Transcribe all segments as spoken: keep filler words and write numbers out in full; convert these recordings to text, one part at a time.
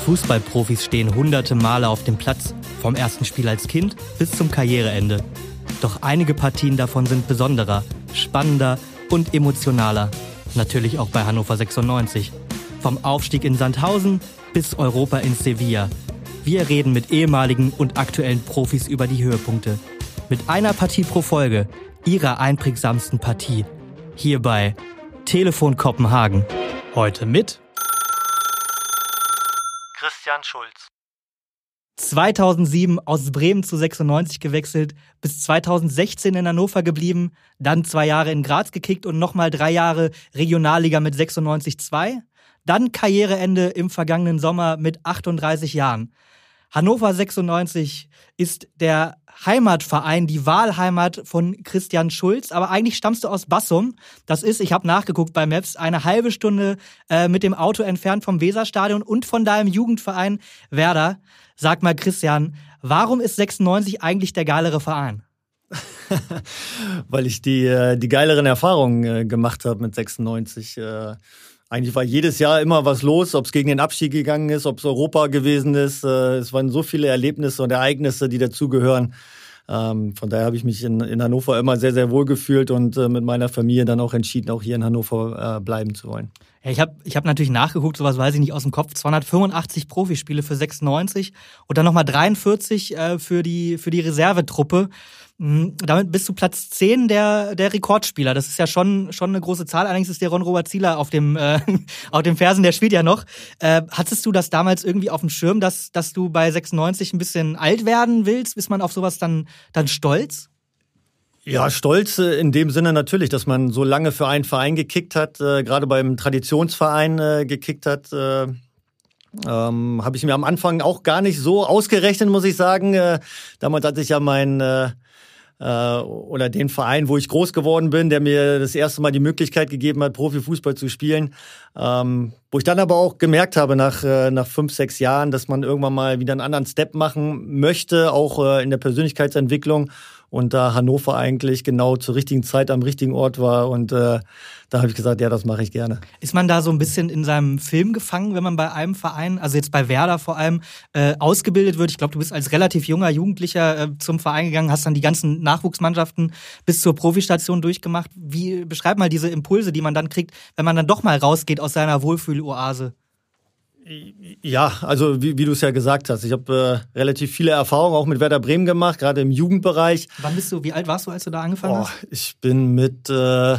Fußballprofis stehen hunderte Male auf dem Platz, vom ersten Spiel als Kind bis zum Karriereende. Doch einige Partien davon sind besonderer, spannender und emotionaler. Natürlich auch bei Hannover sechsundneunzig. Vom Aufstieg in Sandhausen bis Europa in Sevilla. Wir reden mit ehemaligen und aktuellen Profis über die Höhepunkte. Mit einer Partie pro Folge, ihrer einprägsamsten Partie. Hier bei Telefon Kopenhagen. Heute mit Christian Schulz. zweitausendsieben aus Bremen zu sechsundneunzig gewechselt, bis zweitausendsechzehn in Hannover geblieben, dann zwei Jahre in Graz gekickt und nochmal drei Jahre Regionalliga mit sechsundneunzig zwei. Dann Karriereende im vergangenen Sommer mit achtunddreißig Jahren. Hannover sechsundneunzig ist der Heimatverein, die Wahlheimat von Christian Schulz. Aber eigentlich stammst du aus Bassum. Das ist, ich habe nachgeguckt bei Maps, eine halbe Stunde äh, mit dem Auto entfernt vom Weserstadion und von deinem Jugendverein Werder. Sag mal, Christian, warum ist sechsundneunzig eigentlich der geilere Verein? Weil ich die, die geileren Erfahrungen gemacht habe mit sechsundneunzig. Eigentlich war jedes Jahr immer was los, ob es gegen den Abstieg gegangen ist, ob es Europa gewesen ist. Es waren so viele Erlebnisse und Ereignisse, die dazugehören. Von daher habe ich mich in, in Hannover immer sehr, sehr wohl gefühlt und mit meiner Familie dann auch entschieden, auch hier in Hannover bleiben zu wollen. Ja, ich habe ich hab natürlich nachgeguckt, sowas weiß ich nicht aus dem Kopf, zweihundertfünfundachtzig Profispiele für sechsundneunzig und dann nochmal dreiundvierzig äh, für die für die Reservetruppe. Mhm. Damit bist du Platz zehn der der Rekordspieler. Das ist ja schon schon eine große Zahl. Allerdings ist der Ron-Robert Zieler auf dem äh, auf dem Fersen, der spielt ja noch. Äh, hattest du das damals irgendwie auf dem Schirm, dass dass du bei sechsundneunzig ein bisschen alt werden willst? Ist man auf sowas dann dann stolz? Ja, stolz in dem Sinne natürlich, dass man so lange für einen Verein gekickt hat, äh, gerade beim Traditionsverein äh, gekickt hat. Äh, ähm, habe ich mir am Anfang auch gar nicht so ausgerechnet, muss ich sagen. Äh, damals hatte ich ja mein äh, äh, oder den Verein, wo ich groß geworden bin, der mir das erste Mal die Möglichkeit gegeben hat, Profifußball zu spielen. Ähm, wo ich dann aber auch gemerkt habe, nach äh, nach fünf, sechs Jahren, dass man irgendwann mal wieder einen anderen Step machen möchte, auch äh, in der Persönlichkeitsentwicklung. Und da Hannover eigentlich genau zur richtigen Zeit am richtigen Ort war. Und äh, da habe ich gesagt, ja, das mache ich gerne. Ist man da so ein bisschen in seinem Film gefangen, wenn man bei einem Verein, also jetzt bei Werder vor allem, äh, ausgebildet wird? Ich glaube, du bist als relativ junger Jugendlicher äh, zum Verein gegangen, hast dann die ganzen Nachwuchsmannschaften bis zur Profistation durchgemacht. Wie beschreib mal diese Impulse, die man dann kriegt, wenn man dann doch mal rausgeht aus seiner Wohlfühloase? Ja, also wie, wie du es ja gesagt hast, ich habe äh, relativ viele Erfahrungen auch mit Werder Bremen gemacht, gerade im Jugendbereich. Wann bist du, wie alt warst du, als du da angefangen oh, hast? Ich bin mit äh,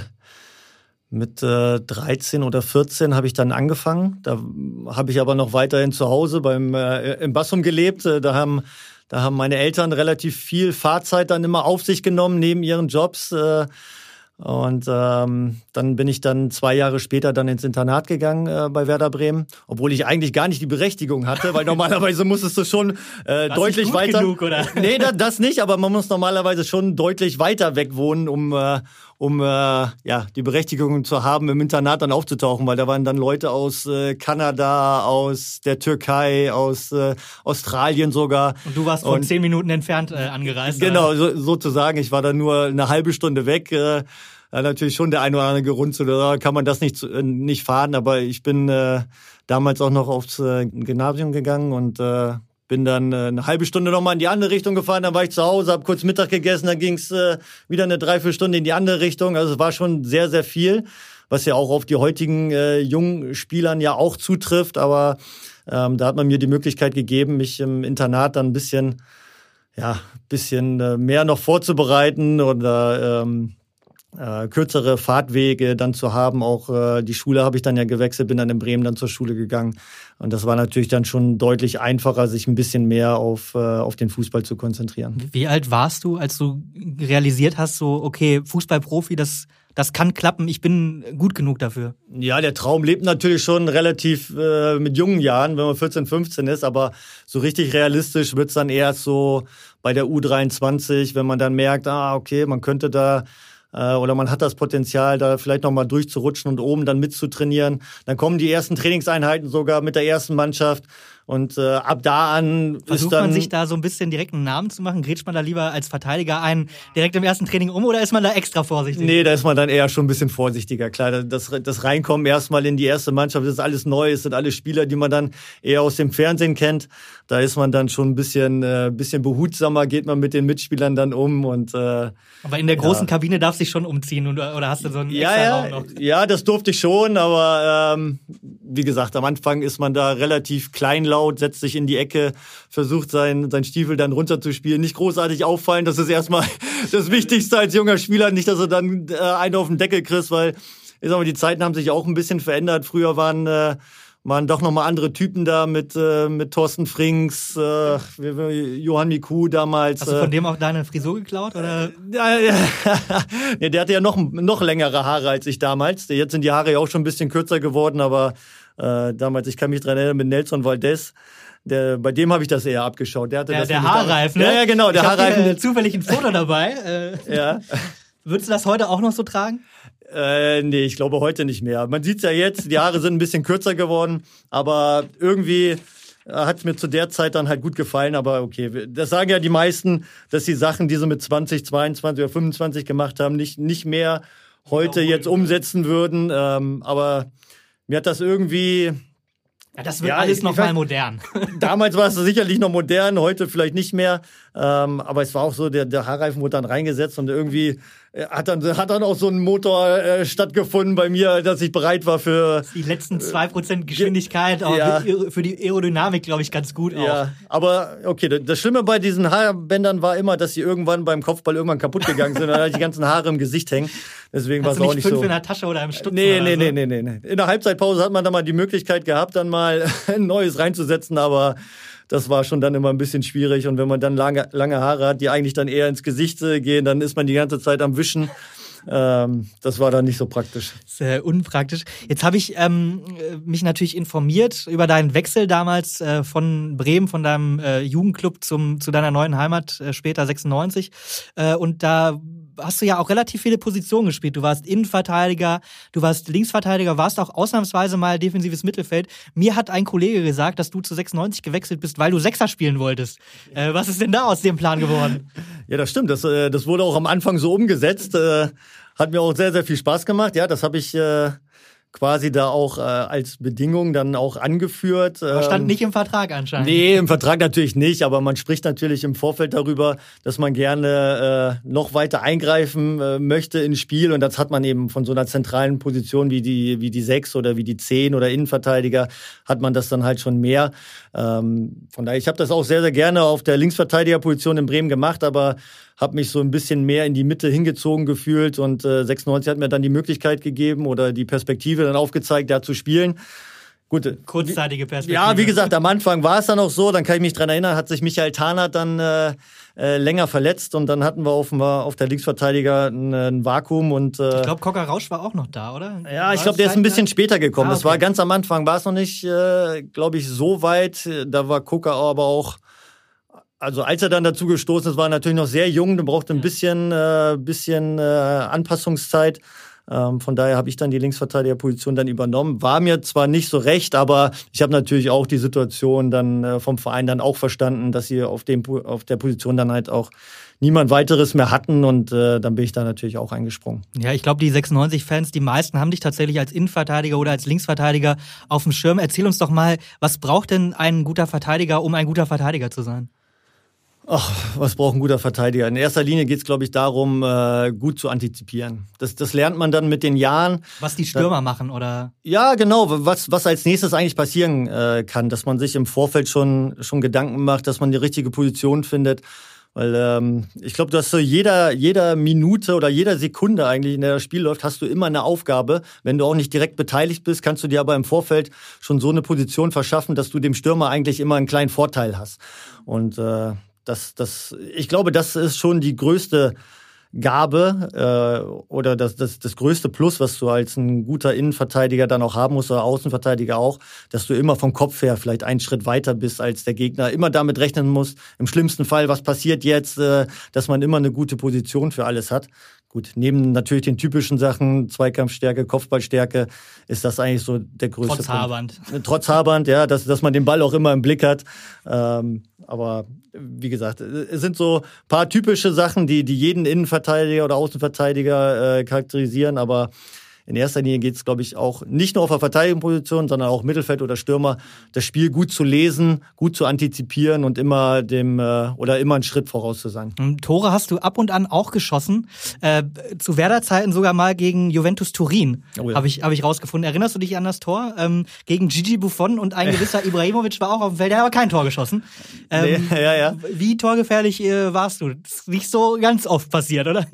mit äh, dreizehn oder vierzehn habe ich dann angefangen. Da habe ich aber noch weiterhin zu Hause beim äh, im Bassum gelebt. Da haben da haben meine Eltern relativ viel Fahrzeit dann immer auf sich genommen neben ihren Jobs. Äh, Und ähm, dann bin ich dann zwei Jahre später dann ins Internat gegangen äh, bei Werder Bremen, obwohl ich eigentlich gar nicht die Berechtigung hatte, weil normalerweise musstest du schon äh, deutlich gut weiter. Genug, oder? Nee, das, das nicht, aber man muss normalerweise schon deutlich weiter weg wohnen, um äh, um äh, ja die Berechtigung zu haben, im Internat dann aufzutauchen, weil da waren dann Leute aus äh, Kanada, aus der Türkei, aus äh, Australien sogar. Und du warst von zehn Minuten entfernt äh, angereist. Genau, so, sozusagen. Ich war dann nur eine halbe Stunde weg. Äh, Ja, natürlich schon der ein oder andere gerunzelt, oder kann man das nicht nicht fahren, aber ich bin äh, damals auch noch aufs äh, Gymnasium gegangen und äh, bin dann äh, eine halbe Stunde nochmal in die andere Richtung gefahren, dann war ich zu Hause, habe kurz Mittag gegessen, dann ging's äh, wieder eine Dreiviertelstunde in die andere Richtung, also es war schon sehr, sehr viel, was ja auch auf die heutigen äh, jungen Spielern ja auch zutrifft, aber ähm, da hat man mir die Möglichkeit gegeben, mich im Internat dann ein bisschen, ja, bisschen äh, mehr noch vorzubereiten oder ähm, Äh, kürzere Fahrtwege dann zu haben. Auch äh, die Schule habe ich dann ja gewechselt, bin dann in Bremen dann zur Schule gegangen. Und das war natürlich dann schon deutlich einfacher, sich ein bisschen mehr auf, äh, auf den Fußball zu konzentrieren. Wie alt warst du, als du realisiert hast, so okay, Fußballprofi, das, das kann klappen, ich bin gut genug dafür? Ja, der Traum lebt natürlich schon relativ äh, mit jungen Jahren, wenn man vierzehn, fünfzehn ist, aber so richtig realistisch wird's dann erst so bei der U dreiundzwanzig, wenn man dann merkt, ah, okay, man könnte da oder man hat das Potenzial, da vielleicht nochmal durchzurutschen und oben dann mitzutrainieren. Dann kommen die ersten Trainingseinheiten sogar mit der ersten Mannschaft Und äh, ab da an Versucht ist dann... man sich da so ein bisschen direkt einen Namen zu machen? Grätscht man da lieber als Verteidiger einen direkt im ersten Training um oder ist man da extra vorsichtig? Nee, da ist man dann eher schon ein bisschen vorsichtiger. Klar, das, das Reinkommen erstmal in die erste Mannschaft, das ist alles neu, es sind alle Spieler, die man dann eher aus dem Fernsehen kennt. Da ist man dann schon ein bisschen, äh, bisschen behutsamer, geht man mit den Mitspielern dann um. Und, äh, aber in der großen ja. Kabine darfst du dich schon umziehen oder, oder hast du so einen ja, extra ja, Raum noch? Ja, das durfte ich schon, aber ähm, wie gesagt, am Anfang ist man da relativ kleinlaut, setzt sich in die Ecke, versucht sein, sein Stiefel dann runterzuspielen. Nicht großartig auffallen, das ist erstmal das Wichtigste als junger Spieler. Nicht, dass du dann äh, einen auf den Deckel kriegst, weil ich sag mal, die Zeiten haben sich auch ein bisschen verändert. Früher waren... Äh, waren doch nochmal andere Typen da mit äh, mit Thorsten Frings, äh, Johann Miku damals. Hast du von dem auch deine Frisur geklaut? Oder? Ja, ja. Ja, der hatte ja noch, noch längere Haare als ich damals. Jetzt sind die Haare ja auch schon ein bisschen kürzer geworden, aber äh, damals, ich kann mich dran erinnern, mit Nelson Valdez. Der, bei dem habe ich das eher abgeschaut. Der hatte der das der Haarreif, ne? Ja, ja, genau, der ich Haarreif. Ich zufällig ein Foto dabei. Äh, ja. Würdest du das heute auch noch so tragen? Äh, nee, ich glaube heute nicht mehr. Man sieht's ja jetzt, die Haare sind ein bisschen kürzer geworden, aber irgendwie hat's mir zu der Zeit dann halt gut gefallen, aber okay, das sagen ja die meisten, dass die Sachen, die sie mit zwanzig, zweiundzwanzig oder fünfundzwanzig gemacht haben, nicht, nicht mehr heute jetzt umsetzen würden, ähm, aber mir hat das irgendwie... Ja, das wird ja, alles ich, nochmal ich modern. Damals war es sicherlich noch modern, heute vielleicht nicht mehr. Ähm, aber es war auch so, der, der Haarreifen wurde dann reingesetzt und irgendwie hat dann, hat dann auch so ein Motor äh, stattgefunden bei mir, dass ich bereit war für... Die letzten zwei Prozent Geschwindigkeit, auch ja. für die Aerodynamik, glaube ich, ganz gut auch. Ja, aber okay, das Schlimme bei diesen Haarbändern war immer, dass sie irgendwann beim Kopfball irgendwann kaputt gegangen sind. Dann hatte ich die ganzen Haare im Gesicht hängen. Deswegen war es auch nicht fünf so. in der Tasche oder im Stutzen nee, oder nee, so. nee, nee, nee, nee. In der Halbzeitpause hat man dann mal die Möglichkeit gehabt, dann mal ein neues reinzusetzen, aber das war schon dann immer ein bisschen schwierig. Und wenn man dann lange, lange Haare hat, die eigentlich dann eher ins Gesicht gehen, dann ist man die ganze Zeit am Wischen. Ähm, das war dann nicht so praktisch. Sehr unpraktisch. Jetzt habe ich ähm, mich natürlich informiert über deinen Wechsel damals äh, von Bremen, von deinem äh, Jugendclub zum zu deiner neuen Heimat, äh, später sechsundneunzig. Äh, und da hast du ja auch relativ viele Positionen gespielt. Du warst Innenverteidiger, du warst Linksverteidiger, warst auch ausnahmsweise mal defensives Mittelfeld. Mir hat ein Kollege gesagt, dass du zu sechsundneunzig gewechselt bist, weil du Sechser spielen wolltest. Äh, was ist denn da aus dem Plan geworden? Ja, das stimmt. Das, äh, das wurde auch am Anfang so umgesetzt. Äh, hat mir auch sehr, sehr viel Spaß gemacht. Ja, das habe ich äh, quasi da auch äh, als Bedingung dann auch angeführt. Aber stand nicht im Vertrag anscheinend. Nee, im Vertrag natürlich nicht, aber man spricht natürlich im Vorfeld darüber, dass man gerne äh, noch weiter eingreifen äh, möchte ins Spiel und das hat man eben von so einer zentralen Position wie die wie die sechs oder wie die zehn oder Innenverteidiger hat man das dann halt schon mehr. Ähm, von daher, ich habe das auch sehr, sehr gerne auf der Linksverteidigerposition in Bremen gemacht, aber habe mich so ein bisschen mehr in die Mitte hingezogen gefühlt und äh, sechsundneunzig hat mir dann die Möglichkeit gegeben oder die Perspektive dann aufgezeigt, da zu spielen. Gut, kurzzeitige Perspektive. Ja, wie gesagt, am Anfang war es dann auch so, dann kann ich mich dran erinnern, hat sich Michael Tarnath dann äh, äh, länger verletzt und dann hatten wir auf, auf der Linksverteidiger ein, ein Vakuum und äh, ich glaube, Kocker Rausch war auch noch da, oder? Ja, ich glaube, der ist ein bisschen später gekommen. Ah, okay. Das war ganz am Anfang, war es noch nicht, äh, glaube ich, so weit. Da war Kocker aber auch, also als er dann dazu gestoßen ist, war er natürlich noch sehr jung, der brauchte ein bisschen, äh, bisschen äh, Anpassungszeit. Ähm, von daher habe ich dann die Linksverteidigerposition dann übernommen. War mir zwar nicht so recht, aber ich habe natürlich auch die Situation dann äh, vom Verein dann auch verstanden, dass sie auf dem auf der Position dann halt auch niemand weiteres mehr hatten und äh, dann bin ich da natürlich auch eingesprungen. Ja, ich glaube, die sechsundneunzig-Fans, die meisten haben dich tatsächlich als Innenverteidiger oder als Linksverteidiger auf dem Schirm. Erzähl uns doch mal, was braucht denn ein guter Verteidiger, um ein guter Verteidiger zu sein? Ach, was braucht ein guter Verteidiger? In erster Linie geht es, glaube ich, darum, äh, gut zu antizipieren. Das, das lernt man dann mit den Jahren. Was die Stürmer da, machen, oder? Ja, genau. Was, was als nächstes eigentlich passieren äh, kann, dass man sich im Vorfeld schon, schon Gedanken macht, dass man die richtige Position findet. Weil ähm, ich glaube, dass so jeder, jeder Minute oder jeder Sekunde eigentlich, in der das Spiel läuft, hast du immer eine Aufgabe. Wenn du auch nicht direkt beteiligt bist, kannst du dir aber im Vorfeld schon so eine Position verschaffen, dass du dem Stürmer eigentlich immer einen kleinen Vorteil hast. Und äh, Das, das, ich glaube, das ist schon die größte Gabe äh, oder das, das, das größte Plus, was du als ein guter Innenverteidiger dann auch haben musst oder Außenverteidiger auch, dass du immer vom Kopf her vielleicht einen Schritt weiter bist als der Gegner, immer damit rechnen musst, im schlimmsten Fall, was passiert jetzt, äh, dass man immer eine gute Position für alles hat. gut, neben natürlich den typischen Sachen, Zweikampfstärke, Kopfballstärke, ist das eigentlich so der größte Trotz Habernd. Trotz Habernd, ja, dass, dass man den Ball auch immer im Blick hat. Ähm, aber wie gesagt, es sind so ein paar typische Sachen, die, die jeden Innenverteidiger oder Außenverteidiger äh, charakterisieren, aber in erster Linie geht es, glaube ich, auch nicht nur auf der Verteidigungsposition, sondern auch Mittelfeld oder Stürmer, das Spiel gut zu lesen, gut zu antizipieren und immer dem äh, oder immer einen Schritt voraus zu sein. Tore hast du ab und an auch geschossen, äh, zu Werder-Zeiten sogar mal gegen Juventus Turin, oh ja. habe ich, hab ich rausgefunden. Erinnerst du dich an das Tor? Ähm, gegen Gigi Buffon und ein gewisser Ibrahimovic war auch auf dem Feld, der hat aber kein Tor geschossen. Ähm, nee, ja, ja. Wie torgefährlich äh, warst du? Das ist nicht so ganz oft passiert, oder?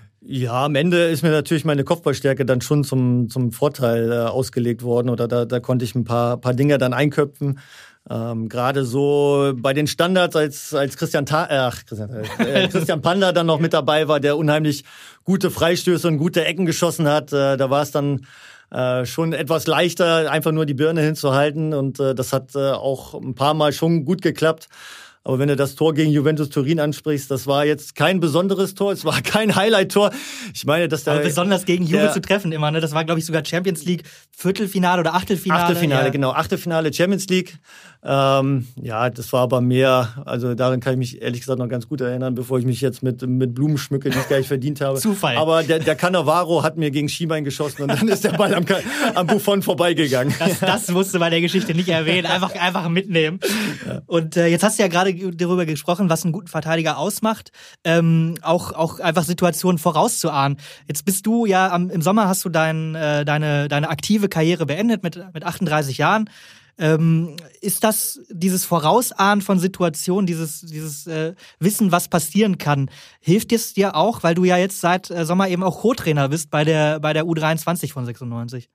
Ja, am Ende ist mir natürlich meine Kopfballstärke dann schon zum, zum Vorteil äh, ausgelegt worden. Oder da, da konnte ich ein paar, paar Dinge dann einköpfen. Ähm, Gerade so bei den Standards, als, als Christian, Ta- äh, ach, Christian, äh, Christian Panda dann noch mit dabei war, der unheimlich gute Freistöße und gute Ecken geschossen hat. Äh, da war es dann äh, schon etwas leichter, einfach nur die Birne hinzuhalten. Und äh, das hat äh, auch ein paar Mal schon gut geklappt. Aber wenn du das Tor gegen Juventus Turin ansprichst, das war jetzt kein besonderes Tor, es war kein Highlight-Tor. Ich meine, dass der Aber besonders gegen Juve der, zu treffen immer, ne? Das war, glaube ich, sogar Champions League Viertelfinale oder Achtelfinale. Achtelfinale, ja. genau, Achtelfinale Champions League. Ähm, ja, das war aber mehr, also daran kann ich mich ehrlich gesagt noch ganz gut erinnern, bevor ich mich jetzt mit, mit Blumen schmücke, die ich gar nicht verdient habe. Zufall. Aber der, der Cannavaro hat mir gegen Schienbein geschossen und dann ist der Ball am, am Buffon vorbeigegangen. Das, das musst du bei der Geschichte nicht erwähnen, einfach, einfach mitnehmen. Ja. Und äh, jetzt hast du ja gerade darüber gesprochen, was einen guten Verteidiger ausmacht, ähm, auch, auch einfach Situationen vorauszuahnen. Jetzt bist du ja, am, im Sommer hast du dein, äh, deine, deine aktive Karriere beendet mit, mit achtunddreißig Jahren. Ähm, ist das dieses Vorausahnen von Situationen, dieses, dieses äh, Wissen, was passieren kann, hilft es dir auch, weil du ja jetzt seit äh, Sommer eben auch Co-Trainer bist bei der, bei der U dreiundzwanzig von sechsundneunzig?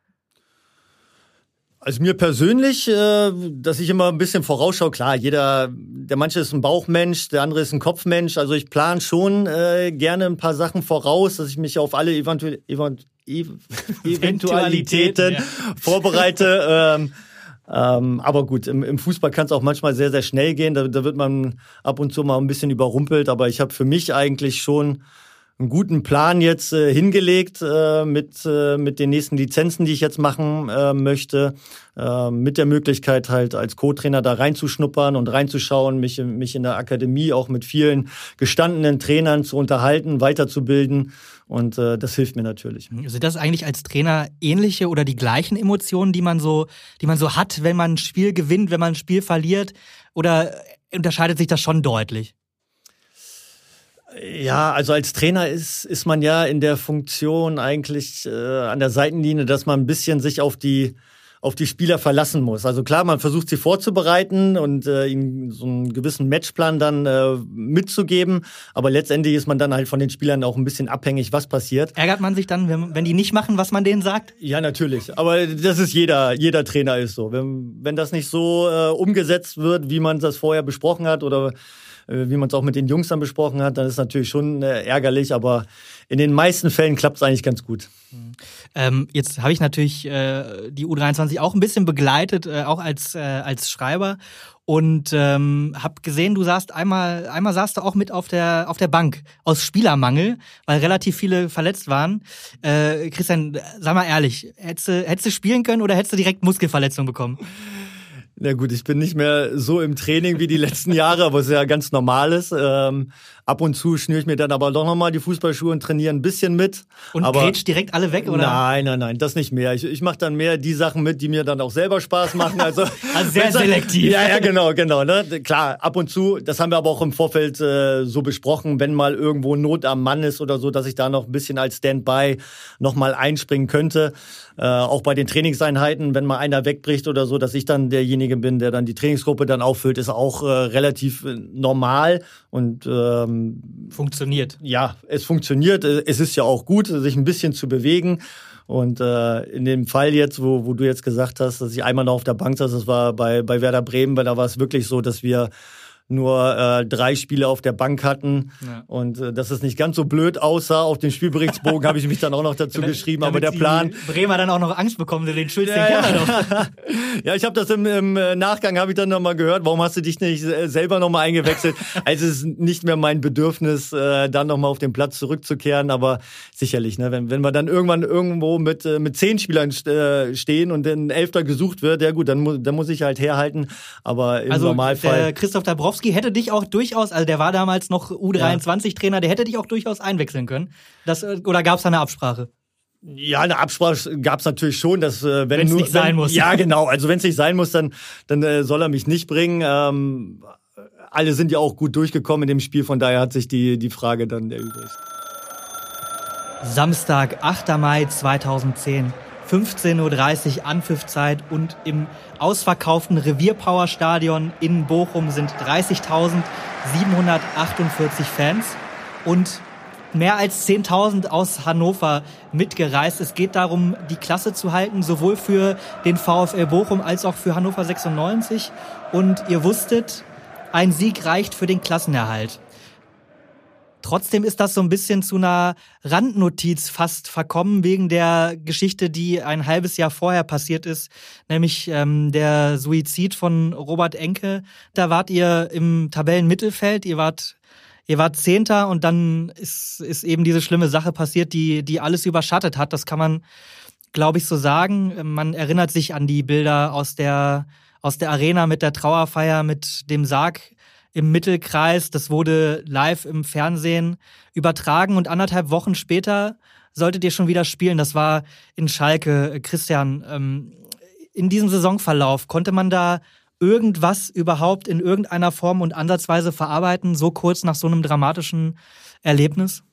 Also mir persönlich, äh, dass ich immer ein bisschen vorausschaue, klar, jeder, der manche ist ein Bauchmensch, der andere ist ein Kopfmensch, also ich plane schon äh, gerne ein paar Sachen voraus, dass ich mich auf alle Eventu- Event- Ev- Eventualitäten ja. vorbereite. ähm, ähm, aber gut, im, im Fußball kann es auch manchmal sehr, sehr schnell gehen, da, da wird man ab und zu mal ein bisschen überrumpelt, aber ich habe für mich eigentlich schon einen guten Plan jetzt äh, hingelegt äh, mit äh, mit den nächsten Lizenzen, die ich jetzt machen äh, möchte, äh, mit der Möglichkeit halt als Co-Trainer da reinzuschnuppern und reinzuschauen, mich mich in der Akademie auch mit vielen gestandenen Trainern zu unterhalten, weiterzubilden und äh, das hilft mir natürlich. Sind das eigentlich als Trainer ähnliche oder die gleichen Emotionen, die man so die man so hat, wenn man ein Spiel gewinnt, wenn man ein Spiel verliert, oder unterscheidet sich das schon deutlich? Ja, also als Trainer ist ist man ja in der Funktion eigentlich äh, an der Seitenlinie, dass man ein bisschen sich auf die auf die Spieler verlassen muss. Also klar, man versucht sie vorzubereiten und äh, ihnen so einen gewissen Matchplan dann äh, mitzugeben, aber letztendlich ist man dann halt von den Spielern auch ein bisschen abhängig, was passiert. Ärgert man sich dann, wenn, wenn die nicht machen, was man denen sagt? Ja, natürlich. Aber das ist jeder jeder Trainer ist so. Wenn wenn das nicht so äh, umgesetzt wird, wie man das vorher besprochen hat oder wie man es auch mit den Jungs dann besprochen hat, dann ist es natürlich schon äh, ärgerlich, aber in den meisten Fällen klappt es eigentlich ganz gut. Ähm, jetzt habe ich natürlich äh, die U dreiundzwanzig auch ein bisschen begleitet, äh, auch als äh, als Schreiber, und ähm, habe gesehen, du saßt einmal einmal saßt du auch mit auf der auf der Bank aus Spielermangel, weil relativ viele verletzt waren. Äh, Christian, sag mal ehrlich, hättest du, hättest du spielen können oder hättest du direkt Muskelverletzung bekommen? Na gut, ich bin nicht mehr so im Training wie die letzten Jahre, aber es ist ja ganz Normales. Ähm, ab und zu schnüre ich mir dann aber doch nochmal die Fußballschuhe und trainiere ein bisschen mit. Und grätscht direkt alle weg, oder? Nein, nein, nein, das nicht mehr. Ich, ich mache dann mehr die Sachen mit, die mir dann auch selber Spaß machen. Also, also sehr selektiv. Ja, ja, genau, genau. Ne? Klar, ab und zu, das haben wir aber auch im Vorfeld äh, so besprochen, wenn mal irgendwo Not am Mann ist oder so, dass ich da noch ein bisschen als Standby nochmal einspringen könnte. Äh, auch bei den Trainingseinheiten, wenn mal einer wegbricht oder so, dass ich dann derjenige bin, der dann die Trainingsgruppe dann auffüllt, ist auch äh, relativ äh, normal und ähm, funktioniert. Ja, es funktioniert. Es ist ja auch gut, sich ein bisschen zu bewegen. Und äh, in dem Fall jetzt, wo, wo du jetzt gesagt hast, dass ich einmal noch auf der Bank saß, das war bei, bei Werder Bremen, weil da war es wirklich so, dass wir nur äh, drei Spiele auf der Bank hatten, ja. Und äh, dass es nicht ganz so blöd aussah. Auf dem Spielberichtsbogen habe ich mich dann auch noch dazu geschrieben, aber der Plan... Bremer dann auch noch Angst bekommen, den Schulz, ja, den kennt er doch. Ja, ich habe das im, im Nachgang, habe ich dann nochmal gehört, warum hast du dich nicht selber nochmal eingewechselt? Also es ist nicht mehr mein Bedürfnis, äh, dann nochmal auf den Platz zurückzukehren, aber sicherlich, ne, wenn, wenn wir dann irgendwann irgendwo mit, mit zehn Spielern äh, stehen und ein Elfter gesucht wird, ja gut, dann, mu- dann muss ich halt herhalten, aber im also Normalfall... Der Christoph Dabrowski hätte dich auch durchaus, also der war damals noch U dreiundzwanzig-Trainer, der hätte dich auch durchaus einwechseln können. Das, oder gab es da eine Absprache? Ja, eine Absprache gab es natürlich schon, dass äh, wenn Wenn's nur nicht sein wenn, muss. Ja, genau. Also wenn es nicht sein muss, dann dann äh, soll er mich nicht bringen. Ähm, alle sind ja auch gut durchgekommen in dem Spiel, von daher hat sich die die Frage dann erübrigt. Samstag, achter Mai zweitausendzehn, fünfzehn Uhr dreißig Anpfiffzeit und im ausverkauften Revierpower-Stadion in Bochum sind dreißigtausendsiebenhundertachtundvierzig Fans und mehr als zehntausend aus Hannover mitgereist. Es geht darum, die Klasse zu halten, sowohl für den VfL Bochum als auch für Hannover sechsundneunzig. Und ihr wusstet, ein Sieg reicht für den Klassenerhalt. Trotzdem ist das so ein bisschen zu einer Randnotiz fast verkommen wegen der Geschichte, die ein halbes Jahr vorher passiert ist, nämlich ähm, der Suizid von Robert Enke. Da wart ihr im Tabellenmittelfeld, ihr wart Ihr wart Zehnter und dann ist, ist eben diese schlimme Sache passiert, die, die alles überschattet hat. Das kann man, glaube ich, so sagen. Man erinnert sich an die Bilder aus der, aus der Arena mit der Trauerfeier, mit dem Sarg im Mittelkreis. Das wurde live im Fernsehen übertragen und anderthalb Wochen später solltet ihr schon wieder spielen. Das war in Schalke. Christian, in diesem Saisonverlauf konnte man da irgendwas überhaupt in irgendeiner Form und ansatzweise verarbeiten, so kurz nach so einem dramatischen Erlebnis?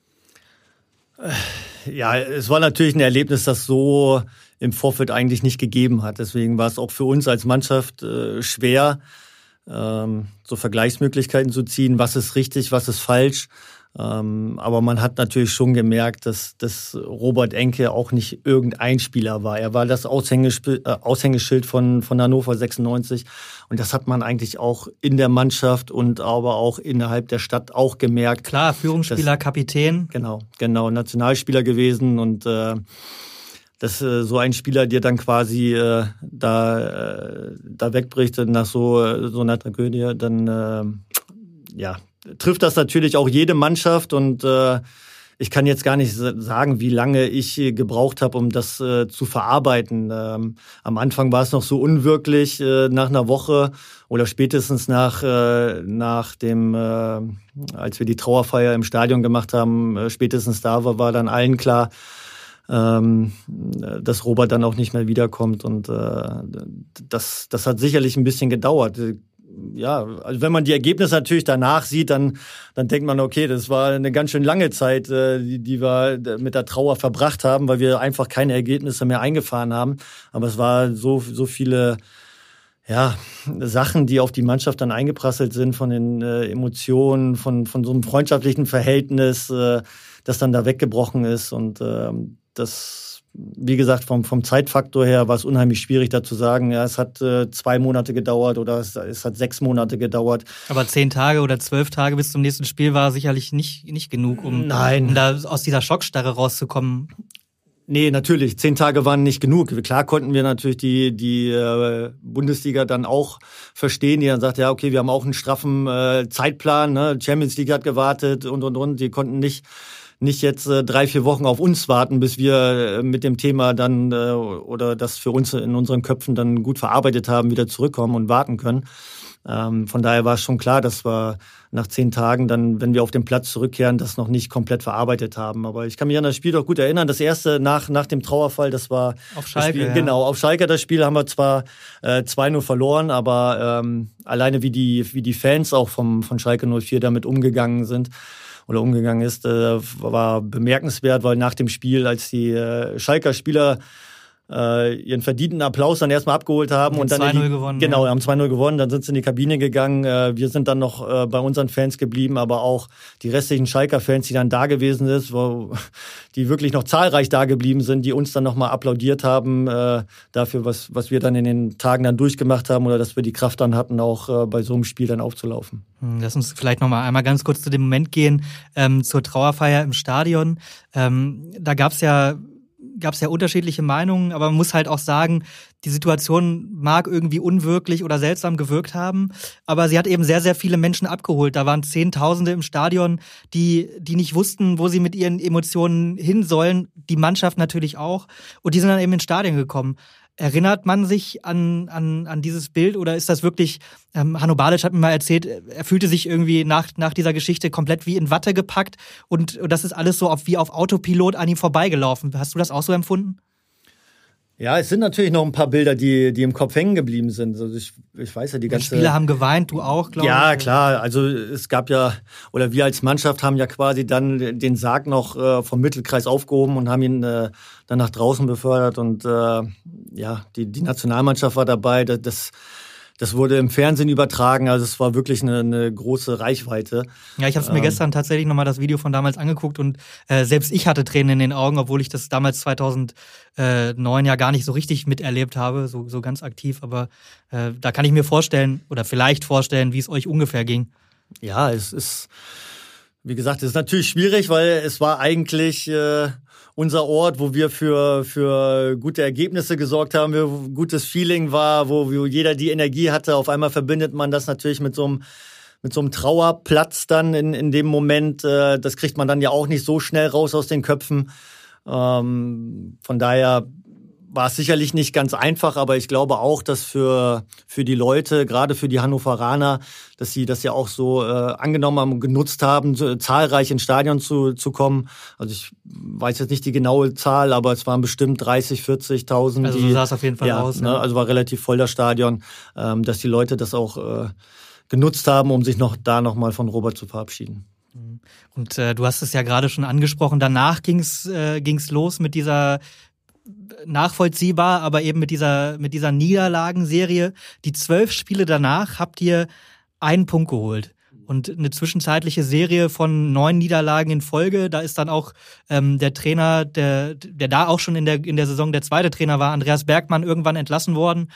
Ja, es war natürlich ein Erlebnis, das so im Vorfeld eigentlich nicht gegeben hat. Deswegen war es auch für uns als Mannschaft äh, schwer, ähm, so Vergleichsmöglichkeiten zu ziehen. Was ist richtig, was ist falsch? Ähm, aber man hat natürlich schon gemerkt, dass, dass Robert Enke auch nicht irgendein Spieler war. Er war das Aushängesp- äh, Aushängeschild von, von Hannover sechsundneunzig. Und das hat man eigentlich auch in der Mannschaft und aber auch innerhalb der Stadt auch gemerkt. Klar, Führungsspieler, dass, Kapitän. Genau, genau, Nationalspieler gewesen und äh, dass äh, so ein Spieler dir dann quasi äh, da, äh, da wegbricht nach so, so einer Tragödie, dann äh, ja, trifft das natürlich auch jede Mannschaft und äh, ich kann jetzt gar nicht sagen, wie lange ich gebraucht habe, um das äh, zu verarbeiten. Ähm, am Anfang war es noch so unwirklich, äh, nach einer Woche oder spätestens nach äh, nach dem, äh, als wir die Trauerfeier im Stadion gemacht haben, äh, spätestens da war, war dann allen klar, ähm, dass Robert dann auch nicht mehr wiederkommt und äh, das das hat sicherlich ein bisschen gedauert. Ja, also wenn man die Ergebnisse natürlich danach sieht, dann dann denkt man, okay, das war eine ganz schön lange Zeit, die, die wir mit der Trauer verbracht haben, weil wir einfach keine Ergebnisse mehr eingefahren haben. Aber es war so so viele ja Sachen, die auf die Mannschaft dann eingeprasselt sind, von den äh, Emotionen, von von so einem freundschaftlichen Verhältnis, äh, das dann da weggebrochen ist und äh, das wie gesagt, vom, vom Zeitfaktor her war es unheimlich schwierig, da zu sagen, ja, es hat äh, zwei Monate gedauert oder es, es hat sechs Monate gedauert. Aber zehn Tage oder zwölf Tage bis zum nächsten Spiel war sicherlich nicht, nicht genug, um, Nein. um da aus dieser Schockstarre rauszukommen. Nee, natürlich. Zehn Tage waren nicht genug. Klar konnten wir natürlich die, die äh, Bundesliga dann auch verstehen, die dann sagt, ja, okay, wir haben auch einen straffen äh, Zeitplan, ne? Champions League hat gewartet und, und, und. Die konnten nicht nicht jetzt äh, drei, vier Wochen auf uns warten, bis wir äh, mit dem Thema dann äh, oder das für uns in unseren Köpfen dann gut verarbeitet haben, wieder zurückkommen und warten können. Ähm, von daher war es schon klar, dass wir nach zehn Tagen dann, wenn wir auf den Platz zurückkehren, das noch nicht komplett verarbeitet haben. Aber ich kann mich an das Spiel doch gut erinnern. Das erste nach nach dem Trauerfall, das war auf Schalke. Spiel, ja. Genau, auf Schalke das Spiel haben wir zwar äh, zwei null verloren, aber ähm, alleine wie die wie die Fans auch vom von Schalke null vier damit umgegangen sind oder umgegangen ist, äh, war bemerkenswert, weil nach dem Spiel, als die äh, Schalker Spieler äh, ihren verdienten Applaus dann erstmal abgeholt haben und dann zwei null gewonnen. Genau, ja. haben zwei null gewonnen, dann sind sie in die Kabine gegangen. Äh, wir sind dann noch äh, bei unseren Fans geblieben, aber auch die restlichen Schalker-Fans, die dann da gewesen sind, wo, die wirklich noch zahlreich da geblieben sind, die uns dann nochmal applaudiert haben äh, dafür, was, was wir dann in den Tagen dann durchgemacht haben oder dass wir die Kraft dann hatten, auch äh, bei so einem Spiel dann aufzulaufen. Lass uns vielleicht noch mal einmal ganz kurz zu dem Moment gehen, ähm, zur Trauerfeier im Stadion. Ähm, da gab's ja gab es ja unterschiedliche Meinungen, aber man muss halt auch sagen, die Situation mag irgendwie unwirklich oder seltsam gewirkt haben, aber sie hat eben sehr, sehr viele Menschen abgeholt. Da waren Zehntausende im Stadion, die, die nicht wussten, wo sie mit ihren Emotionen hin sollen. Die Mannschaft natürlich auch. Und die sind dann eben ins Stadion gekommen. Erinnert man sich an, an, an dieses Bild oder ist das wirklich, ähm, Hanno Balic hat mir mal erzählt, er fühlte sich irgendwie nach, nach dieser Geschichte komplett wie in Watte gepackt und, und das ist alles so auf, wie auf Autopilot an ihm vorbeigelaufen. Hast du das auch so empfunden? Ja, es sind natürlich noch ein paar Bilder, die, die im Kopf hängen geblieben sind. Also ich, ich weiß ja, die ganze... Die Spieler haben geweint, du auch, glaube ich. Ja, klar. Also es gab ja, oder wir als Mannschaft haben ja quasi dann den Sarg noch äh, vom Mittelkreis aufgehoben und haben ihn äh, dann nach draußen befördert. Und äh, ja, die, die Nationalmannschaft war dabei. Das, das wurde im Fernsehen übertragen. Also es war wirklich eine, eine große Reichweite. Ja, ich habe es mir ähm, gestern tatsächlich nochmal das Video von damals angeguckt und äh, selbst ich hatte Tränen in den Augen, obwohl ich das damals zweitausendneun ja gar nicht so richtig miterlebt habe, so, so ganz aktiv. Aber äh, da kann ich mir vorstellen oder vielleicht vorstellen, wie es euch ungefähr ging. Ja, es ist, wie gesagt, es ist natürlich schwierig, weil es war eigentlich äh, unser Ort, wo wir für für gute Ergebnisse gesorgt haben, wo gutes Feeling war, wo, wo jeder die Energie hatte. Auf einmal verbindet man das natürlich mit so einem mit so einem Trauerplatz dann in in dem Moment. Äh, das kriegt man dann ja auch nicht so schnell raus aus den Köpfen. Ähm, von daher war es sicherlich nicht ganz einfach, aber ich glaube auch, dass für für die Leute, gerade für die Hannoveraner, dass sie das ja auch so äh, angenommen haben und genutzt haben, so, zahlreich ins Stadion zu zu kommen. Also ich weiß jetzt nicht die genaue Zahl, aber es waren bestimmt dreißig, vierzigtausend. Also so sah es auf jeden Fall ja, aus. Ne, ja. Also war relativ voll das Stadion, ähm, dass die Leute das auch äh, genutzt haben, um sich noch da noch mal von Robert zu verabschieden. Und äh, du hast es ja gerade schon angesprochen, danach ging's äh, ging's los mit dieser nachvollziehbar, aber eben mit dieser mit dieser Niederlagenserie. Die zwölf Spiele danach habt ihr einen Punkt geholt. Und eine zwischenzeitliche Serie von neun Niederlagen in Folge. Da ist dann auch ähm, der Trainer, der der da auch schon in der in der Saison der zweite Trainer war, Andreas Bergmann, irgendwann entlassen worden.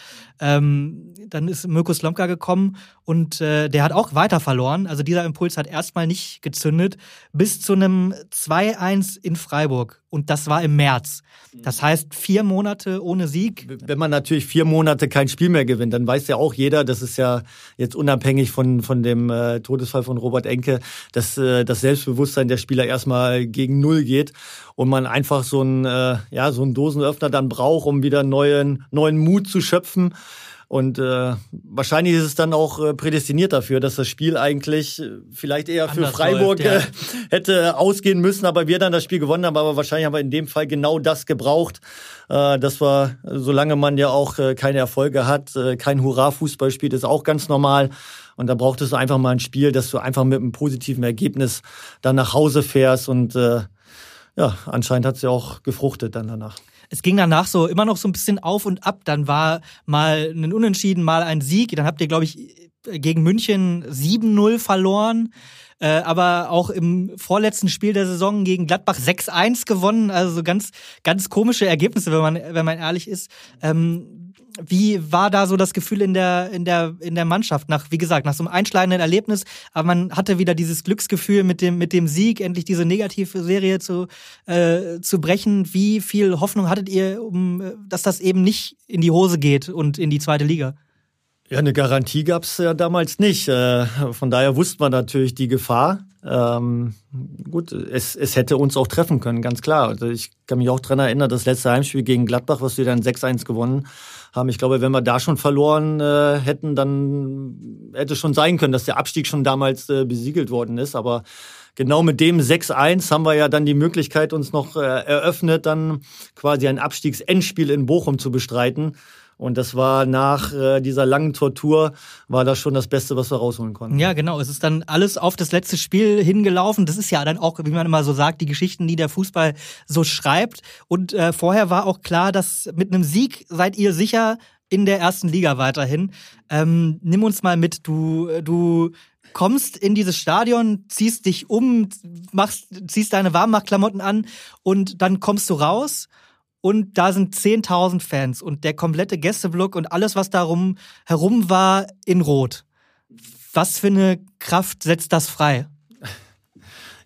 Ähm, dann ist Mirko Slomka gekommen und äh, der hat auch weiter verloren. Also dieser Impuls hat erstmal nicht gezündet bis zu einem zwei eins in Freiburg. Und das war im März. Das heißt, vier Monate ohne Sieg. Wenn man natürlich vier Monate kein Spiel mehr gewinnt, dann weiß ja auch jeder, das ist ja jetzt unabhängig von von dem äh, Todesfall von Robert Enke, dass äh, das Selbstbewusstsein der Spieler erstmal gegen Null geht und man einfach so einen äh, ja so einen Dosenöffner dann braucht, um wieder neuen neuen Mut zu schöpfen. Und äh, wahrscheinlich ist es dann auch äh, prädestiniert dafür, dass das Spiel eigentlich äh, vielleicht eher für Anders Freiburg läuft, ja. äh, hätte ausgehen müssen, aber wir dann das Spiel gewonnen haben. Aber wahrscheinlich haben wir in dem Fall genau das gebraucht, äh, dass wir, solange man ja auch äh, keine Erfolge hat, äh, kein Hurra-Fußball spielt, ist auch ganz normal. Und da braucht es einfach mal ein Spiel, dass du einfach mit einem positiven Ergebnis dann nach Hause fährst. Und äh, ja, anscheinend hat es ja auch gefruchtet dann danach. Es ging danach so immer noch so ein bisschen auf und ab. Dann war mal ein Unentschieden, mal ein Sieg. Dann habt ihr, glaube ich, gegen München sieben null verloren. Äh, aber auch im vorletzten Spiel der Saison gegen Gladbach sechs eins gewonnen. Also so ganz, ganz komische Ergebnisse, wenn man, wenn man ehrlich ist. Ähm, Wie war da so das Gefühl in der in der in der Mannschaft nach, wie gesagt, nach so einem einschneidenden Erlebnis, aber man hatte wieder dieses Glücksgefühl mit dem mit dem Sieg, endlich diese negative Serie zu äh, zu brechen. Wie viel Hoffnung hattet ihr, um dass das eben nicht in die Hose geht und in die zweite Liga? Ja, eine Garantie gab's ja damals nicht. Äh, von daher wusste man natürlich die Gefahr. Ähm, gut, es, es hätte uns auch treffen können, ganz klar. Also ich kann mich auch dran erinnern, das letzte Heimspiel gegen Gladbach, was wir dann sechs eins gewonnen haben. Ich glaube, wenn wir da schon verloren äh, hätten, dann hätte es schon sein können, dass der Abstieg schon damals äh, besiegelt worden ist. Aber genau mit dem sechs eins haben wir ja dann die Möglichkeit uns noch äh, eröffnet, dann quasi ein Abstiegsendspiel in Bochum zu bestreiten. Und das war nach äh, dieser langen Tortur, war das schon das Beste, was wir rausholen konnten. Ja, genau. Es ist dann alles auf das letzte Spiel hingelaufen. Das ist ja dann auch, wie man immer so sagt, die Geschichten, die der Fußball so schreibt. Und äh, vorher war auch klar, dass mit einem Sieg seid ihr sicher in der ersten Liga weiterhin. Ähm, nimm uns mal mit. Du, du kommst in dieses Stadion, ziehst dich um, machst, ziehst deine Warmmachtklamotten an und dann kommst du raus. Und da sind zehntausend Fans und der komplette Gästeblock und alles, was darum herum war, in Rot. Was für eine Kraft setzt das frei?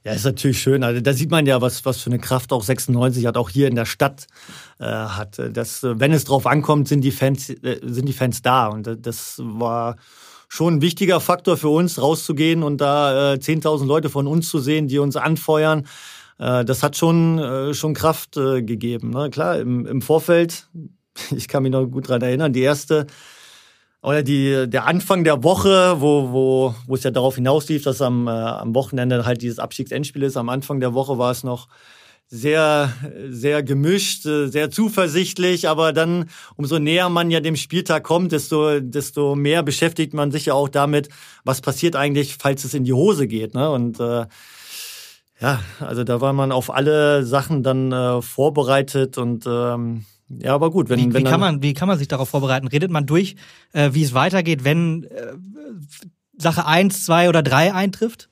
Ja, ist natürlich schön. Also da sieht man ja, was was für eine Kraft auch sechsundneunzig hat, auch hier in der Stadt äh, hat. Das, wenn es drauf ankommt, sind die Fans äh, sind die Fans da. Und das war schon ein wichtiger Faktor für uns, rauszugehen und da äh, zehntausend Leute von uns zu sehen, die uns anfeuern. Äh, das hat schon äh, schon Kraft äh, gegeben. Ne? Klar, im, im Vorfeld, ich kann mich noch gut dran erinnern, die erste oder die der Anfang der Woche, wo wo wo es ja darauf hinauslief, dass am äh, am Wochenende halt dieses Abstiegsendspiel ist. Am Anfang der Woche war es noch sehr sehr gemischt, sehr zuversichtlich, aber dann umso näher man ja dem Spieltag kommt, desto desto mehr beschäftigt man sich ja auch damit, was passiert eigentlich, falls es in die Hose geht, ne? Und äh, ja, also da war man auf alle Sachen dann äh, vorbereitet und ähm, ja, aber gut, wenn wie, wenn wie kann man wie kann man sich darauf vorbereiten? Redet man durch, äh, wie es weitergeht, wenn äh, Sache eins, zwei oder drei eintrifft?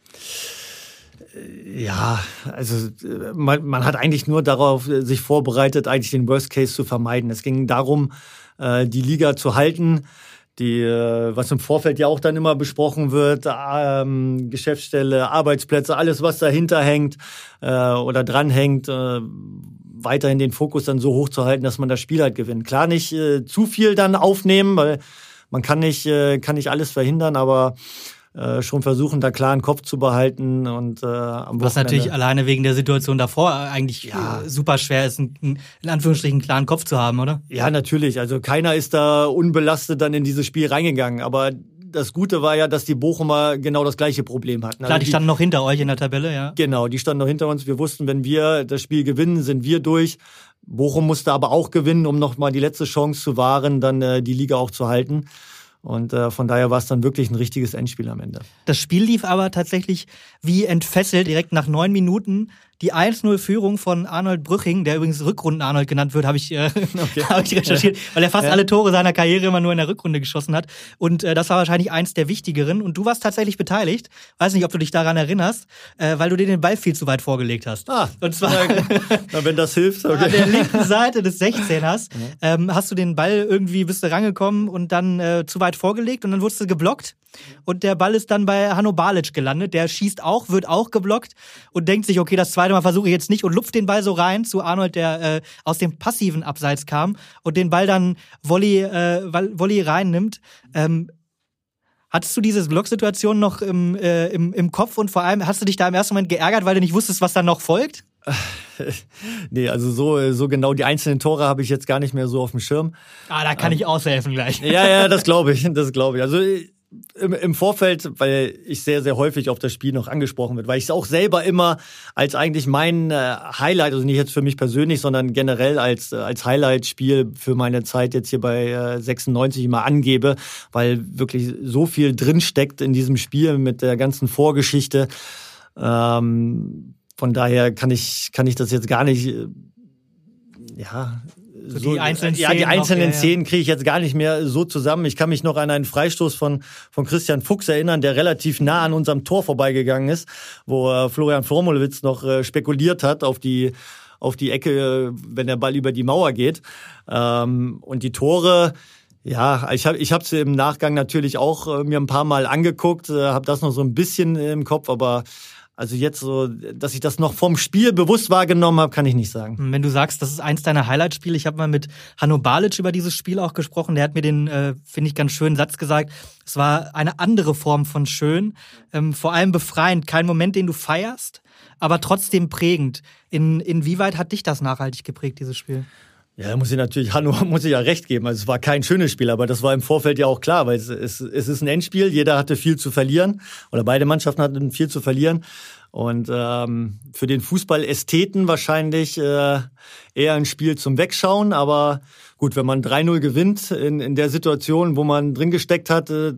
Ja, also man, man hat eigentlich nur darauf sich vorbereitet, eigentlich den Worst Case zu vermeiden. Es ging darum, äh, die Liga zu halten, die äh, was im Vorfeld ja auch dann immer besprochen wird, ähm, Geschäftsstelle, Arbeitsplätze, alles was dahinter hängt äh, oder dranhängt, äh, weiterhin den Fokus dann so hoch zu halten, dass man das Spiel halt gewinnt. Klar, nicht äh, zu viel dann aufnehmen, weil man kann nicht äh, kann nicht alles verhindern, aber äh, schon versuchen, da klaren Kopf zu behalten und äh, am Wochenende. Was natürlich alleine wegen der Situation davor eigentlich ja. super schwer ist, einen, in Anführungsstrichen klaren Kopf zu haben, oder? Ja, natürlich. Also keiner ist da unbelastet dann in dieses Spiel reingegangen, aber das Gute war ja, dass die Bochumer genau das gleiche Problem hatten. Klar, also die, die standen noch hinter euch in der Tabelle, ja. Genau, die standen noch hinter uns. Wir wussten, wenn wir das Spiel gewinnen, sind wir durch. Bochum musste aber auch gewinnen, um nochmal die letzte Chance zu wahren, dann äh, die Liga auch zu halten. Und äh, von daher war es dann wirklich ein richtiges Endspiel am Ende. Das Spiel lief aber tatsächlich wie entfesselt. Direkt nach neun Minuten die eins null Führung von Arnold Brüching, der übrigens Rückrunden-Arnold genannt wird, habe ich, äh, okay. hab ich recherchiert, weil er fast ja. alle Tore seiner Karriere immer nur in der Rückrunde geschossen hat. Und äh, das war wahrscheinlich eins der wichtigeren. Und du warst tatsächlich beteiligt. Weiß nicht, ob du dich daran erinnerst, äh, weil du dir den Ball viel zu weit vorgelegt hast. Ah, und zwar na, wenn das hilft. Okay. An der linken Seite des sechzehners ähm, hast du den Ball irgendwie, bist du rangekommen und dann äh, zu weit vorgelegt und dann wurdest du geblockt. Und der Ball ist dann bei Hanno Balic gelandet. Der schießt auch, wird auch geblockt und denkt sich, okay, das zweite Mal versuche ich jetzt nicht und lupft den Ball so rein zu Arnold, der äh, aus dem passiven Abseits kam und den Ball dann Volley, äh, Volley reinnimmt. Ähm, hattest du diese Blocksituation noch im, äh, im, im Kopf und vor allem hast du dich da im ersten Moment geärgert, weil du nicht wusstest, was dann noch folgt? Nee, also so, so genau die einzelnen Tore habe ich jetzt gar nicht mehr so auf dem Schirm. Ah, da kann ähm, ich aushelfen gleich. Ja, ja, das glaube ich, das glaube ich. Also Im, im Vorfeld, weil ich sehr, sehr häufig auf das Spiel noch angesprochen wird, weil ich es auch selber immer als eigentlich mein äh, Highlight, also nicht jetzt für mich persönlich, sondern generell als als Highlight-Spiel für meine Zeit jetzt hier bei äh, sechsundneunzig immer angebe, weil wirklich so viel drinsteckt in diesem Spiel mit der ganzen Vorgeschichte. Ähm, von daher kann ich kann ich das jetzt gar nicht, äh, ja... So die einzelnen ja, Szenen, die einzelnen noch, ja, Szenen kriege ich jetzt gar nicht mehr so zusammen. Ich kann mich noch an einen Freistoß von von Christian Fuchs erinnern, der relativ nah an unserem Tor vorbeigegangen ist, wo äh, Florian Vormolowitz noch äh, spekuliert hat auf die auf die Ecke, wenn der Ball über die Mauer geht. Ähm, und die Tore, ja, ich habe ich habe sie im Nachgang natürlich auch äh, mir ein paar Mal angeguckt, äh, habe das noch so ein bisschen im Kopf, aber also jetzt so, dass ich das noch vom Spiel bewusst wahrgenommen habe, kann ich nicht sagen. Wenn du sagst, das ist eins deiner Highlight-Spiele, ich habe mal mit Hanno Balic über dieses Spiel auch gesprochen, der hat mir den, äh, finde ich, ganz schönen Satz gesagt, es war eine andere Form von schön, ähm, vor allem befreiend, kein Moment, den du feierst, aber trotzdem prägend. In, inwieweit hat dich das nachhaltig geprägt, dieses Spiel? Ja, da muss ich natürlich, Hanno muss ich ja recht geben. Also es war kein schönes Spiel, aber das war im Vorfeld ja auch klar, weil es, es, es ist ein Endspiel, jeder hatte viel zu verlieren oder beide Mannschaften hatten viel zu verlieren. Und ähm, für den Fußballästheten wahrscheinlich äh, eher ein Spiel zum Wegschauen, aber gut, wenn man drei null gewinnt in, in der Situation, wo man drin gesteckt hat, äh,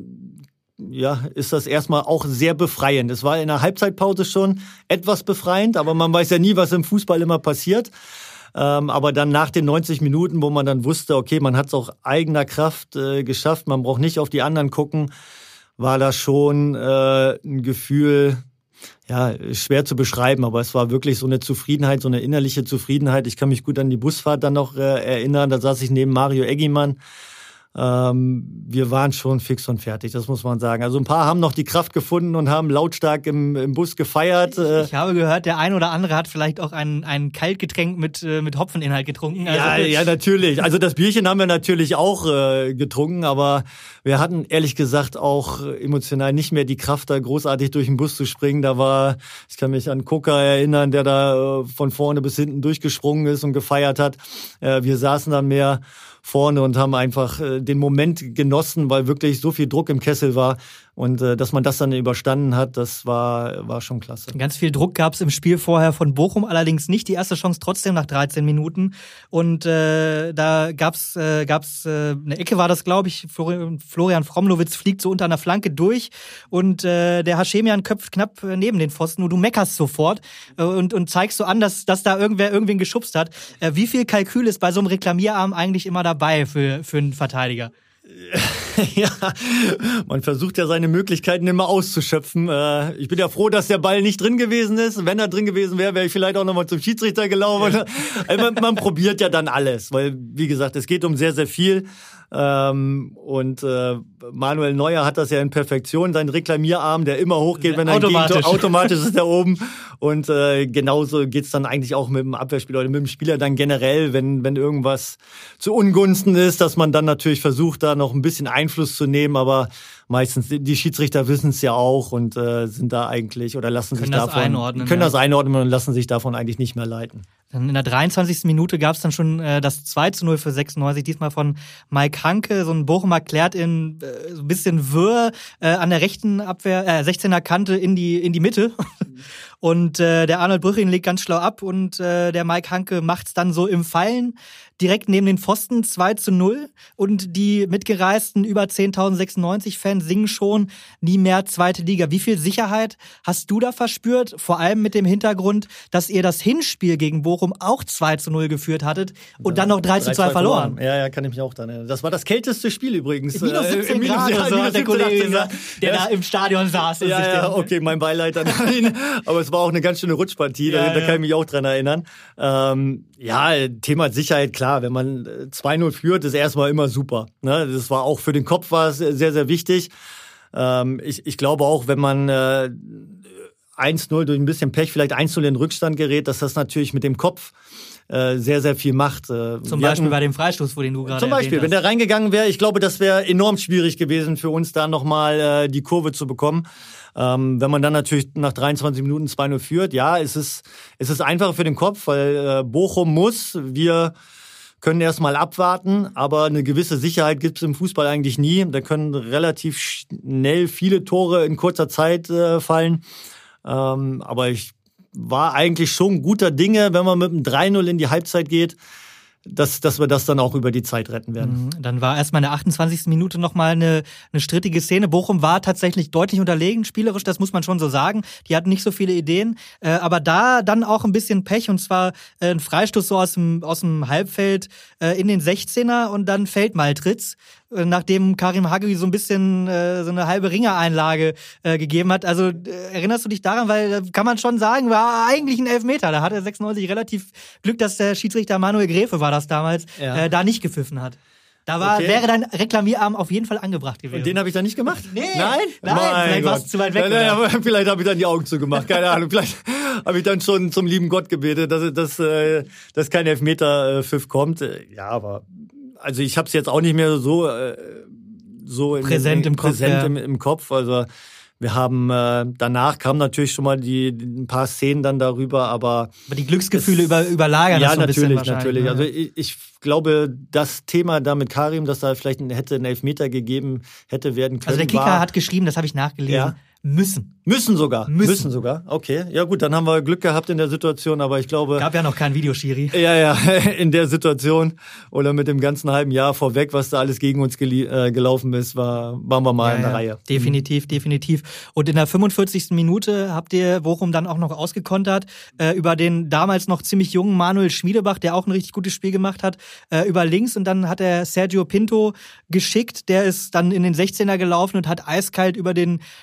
ja, ist das erstmal auch sehr befreiend. Es war in der Halbzeitpause schon etwas befreiend, aber man weiß ja nie, was im Fußball immer passiert. Ähm, aber dann nach den neunzig Minuten, wo man dann wusste, okay, man hat es auch eigener Kraft äh, geschafft, man braucht nicht auf die anderen gucken, war das schon äh, ein Gefühl, ja, schwer zu beschreiben, aber es war wirklich so eine Zufriedenheit, so eine innerliche Zufriedenheit. Ich kann mich gut an die Busfahrt dann noch äh, erinnern, da saß ich neben Mario Eggimann Ähm, wir waren schon fix und fertig, das muss man sagen. Also ein paar haben noch die Kraft gefunden und haben lautstark im, im Bus gefeiert. Ich, ich habe gehört, der ein oder andere hat vielleicht auch ein, ein Kaltgetränk mit, mit Hopfeninhalt getrunken. Also ja, ja, natürlich. Also das Bierchen haben wir natürlich auch äh, getrunken, aber wir hatten ehrlich gesagt auch emotional nicht mehr die Kraft, da großartig durch den Bus zu springen. Da war, ich kann mich an Koka erinnern, der da äh, von vorne bis hinten durchgesprungen ist und gefeiert hat. Äh, wir saßen dann mehr vorne und haben einfach äh, den Moment genossen, weil wirklich so viel Druck im Kessel war. Und äh, dass man das dann überstanden hat, das war war schon klasse. Ganz viel Druck gab es im Spiel vorher von Bochum, allerdings nicht. Die erste Chance trotzdem nach dreizehn Minuten. Und äh, da gab's äh, gab's äh, eine Ecke war das, glaube ich. Florian Fromlowitz fliegt so unter einer Flanke durch und äh, der Haschemian köpft knapp neben den Pfosten. Und du meckerst sofort äh, und und zeigst so an, dass dass da irgendwer irgendwen geschubst hat. Äh, wie viel Kalkül ist bei so einem Reklamierarm eigentlich immer dabei für für einen Verteidiger? Ja, man versucht ja seine Möglichkeiten immer auszuschöpfen. Ich bin ja froh, dass der Ball nicht drin gewesen ist. Wenn er drin gewesen wäre, wäre ich vielleicht auch nochmal zum Schiedsrichter gelaufen. Ja. Also man, man probiert ja dann alles, weil, wie gesagt, es geht um sehr, sehr viel. Und Manuel Neuer hat das ja in Perfektion, sein Reklamierarm, der immer hochgeht, wenn er automatisch. Gegentor, automatisch ist er oben. Und äh, genauso geht's dann eigentlich auch mit dem Abwehrspieler oder mit dem Spieler dann generell, wenn wenn irgendwas zu Ungunsten ist, dass man dann natürlich versucht, da noch ein bisschen Einfluss zu nehmen, aber meistens, die Schiedsrichter wissen es ja auch und äh, sind da eigentlich oder lassen können sich das davon einordnen, können ja. das einordnen und lassen sich davon eigentlich nicht mehr leiten. Dann in der dreiundzwanzigsten Minute gab es dann schon äh, das zwei zu null für sechsundneunzig, diesmal von Mike Hanke. So ein Bochumer klärt in äh, so ein bisschen wirr äh, an der rechten Abwehr, äh, sechzehner Kante in die in die Mitte. Und äh, der Arnold Brüching legt ganz schlau ab und äh, der Mike Hanke macht's dann so im Fallen direkt neben den Pfosten zwei zu null. Und die mitgereisten über zehntausend sechsundneunzig-Fans singen schon nie mehr zweite Liga. Wie viel Sicherheit hast du da verspürt? Vor allem mit dem Hintergrund, dass ihr das Hinspiel gegen Bochum auch zwei zu null geführt hattet und dann noch drei zu zwei verloren. Ja, ja, kann ich mich auch daran erinnern. Das war das kälteste Spiel übrigens. Minus siebzehn äh, Grad oder so hat der Kollege gesagt, der ja. da im Stadion saß. Und ja, sich ja, den, okay, mein Beileid an ihn. Aber es war auch eine ganz schöne Rutschpartie, ja, da, da kann ich mich auch dran erinnern. Ähm, ja, Thema Sicherheit, klar, wenn man zwei null führt, ist erstmal immer super. Ne? Das war auch für den Kopf war es sehr, sehr wichtig. Ähm, ich, ich glaube auch, wenn man äh, eins null durch ein bisschen Pech vielleicht eins null in den Rückstand gerät, dass das natürlich mit dem Kopf äh, sehr, sehr viel macht. Äh, Zum Beispiel hatten, bei dem Freistoß, vor den du gerade Zum Beispiel, wenn der reingegangen wäre, ich glaube, das wäre enorm schwierig gewesen für uns, da nochmal äh, die Kurve zu bekommen. Ähm, wenn man dann natürlich nach dreiundzwanzig Minuten zwei null führt, ja, es ist, es ist einfacher für den Kopf, weil äh, Bochum muss, wir können erstmal abwarten, aber eine gewisse Sicherheit gibt es im Fußball eigentlich nie. Da können relativ schnell viele Tore in kurzer Zeit äh, fallen. Ähm, aber ich war eigentlich schon guter Dinge, wenn man mit einem drei null in die Halbzeit geht, dass, dass wir das dann auch über die Zeit retten werden. Dann war erstmal in der achtundzwanzigsten Minute nochmal eine, eine strittige Szene. Bochum war tatsächlich deutlich unterlegen, spielerisch, das muss man schon so sagen. Die hatten nicht so viele Ideen, äh, aber da dann auch ein bisschen Pech, und zwar äh, ein Freistoß so aus dem, aus dem Halbfeld äh, in den sechzehner und dann Feldmaltritz, äh, nachdem Karim Haggi so ein bisschen äh, so eine halbe Ringereinlage äh, gegeben hat. Also äh, erinnerst du dich daran, weil da kann man schon sagen, war eigentlich ein Elfmeter. Da hatte sechsundneunzig relativ Glück, dass der Schiedsrichter Manuel Gräfe war das damals, ja. äh, da nicht gepfiffen hat. Da war, okay. wäre dein Reklamierarm auf jeden Fall angebracht gewesen. Und den habe ich dann nicht gemacht? Nee. Nein? Nein, mein vielleicht warst du zu weit weg. Nein, nein, aber vielleicht habe ich dann die Augen zugemacht. Keine Ahnung. Vielleicht habe ich dann schon zum lieben Gott gebetet, dass, dass, dass kein Elfmeter-Pfiff kommt. Ja, aber also ich habe es jetzt auch nicht mehr so, so präsent, im, im, Kopf, präsent ja. im, im Kopf. Also wir haben, äh, danach kamen natürlich schon mal die, die ein paar Szenen dann darüber, aber... Aber die Glücksgefühle es, über, überlagern ja, das so ein bisschen natürlich, natürlich. Ne? Also ich, ich glaube, das Thema da mit Karim, dass da vielleicht hätte einen Elfmeter gegeben hätte werden können, Also der Kicker war, hat geschrieben, das habe ich nachgelesen, ja. müssen. Müssen sogar. Müssen. Müssen sogar. Okay. Ja gut, dann haben wir Glück gehabt in der Situation, aber ich glaube... Gab ja noch kein Videoschiri. Ja, ja, in der Situation oder mit dem ganzen halben Jahr vorweg, was da alles gegen uns gel- äh, gelaufen ist, war, waren wir mal ja, in der ja. Reihe. Definitiv, mhm. definitiv. Und in der fünfundvierzigsten Minute habt ihr Bochum dann auch noch ausgekontert, äh, über den damals noch ziemlich jungen Manuel Schmiedebach, der auch ein richtig gutes Spiel gemacht hat, äh, über links, und dann hat er Sergio Pinto geschickt, der ist dann in den sechzehner gelaufen und hat eiskalt über den, über den Torwart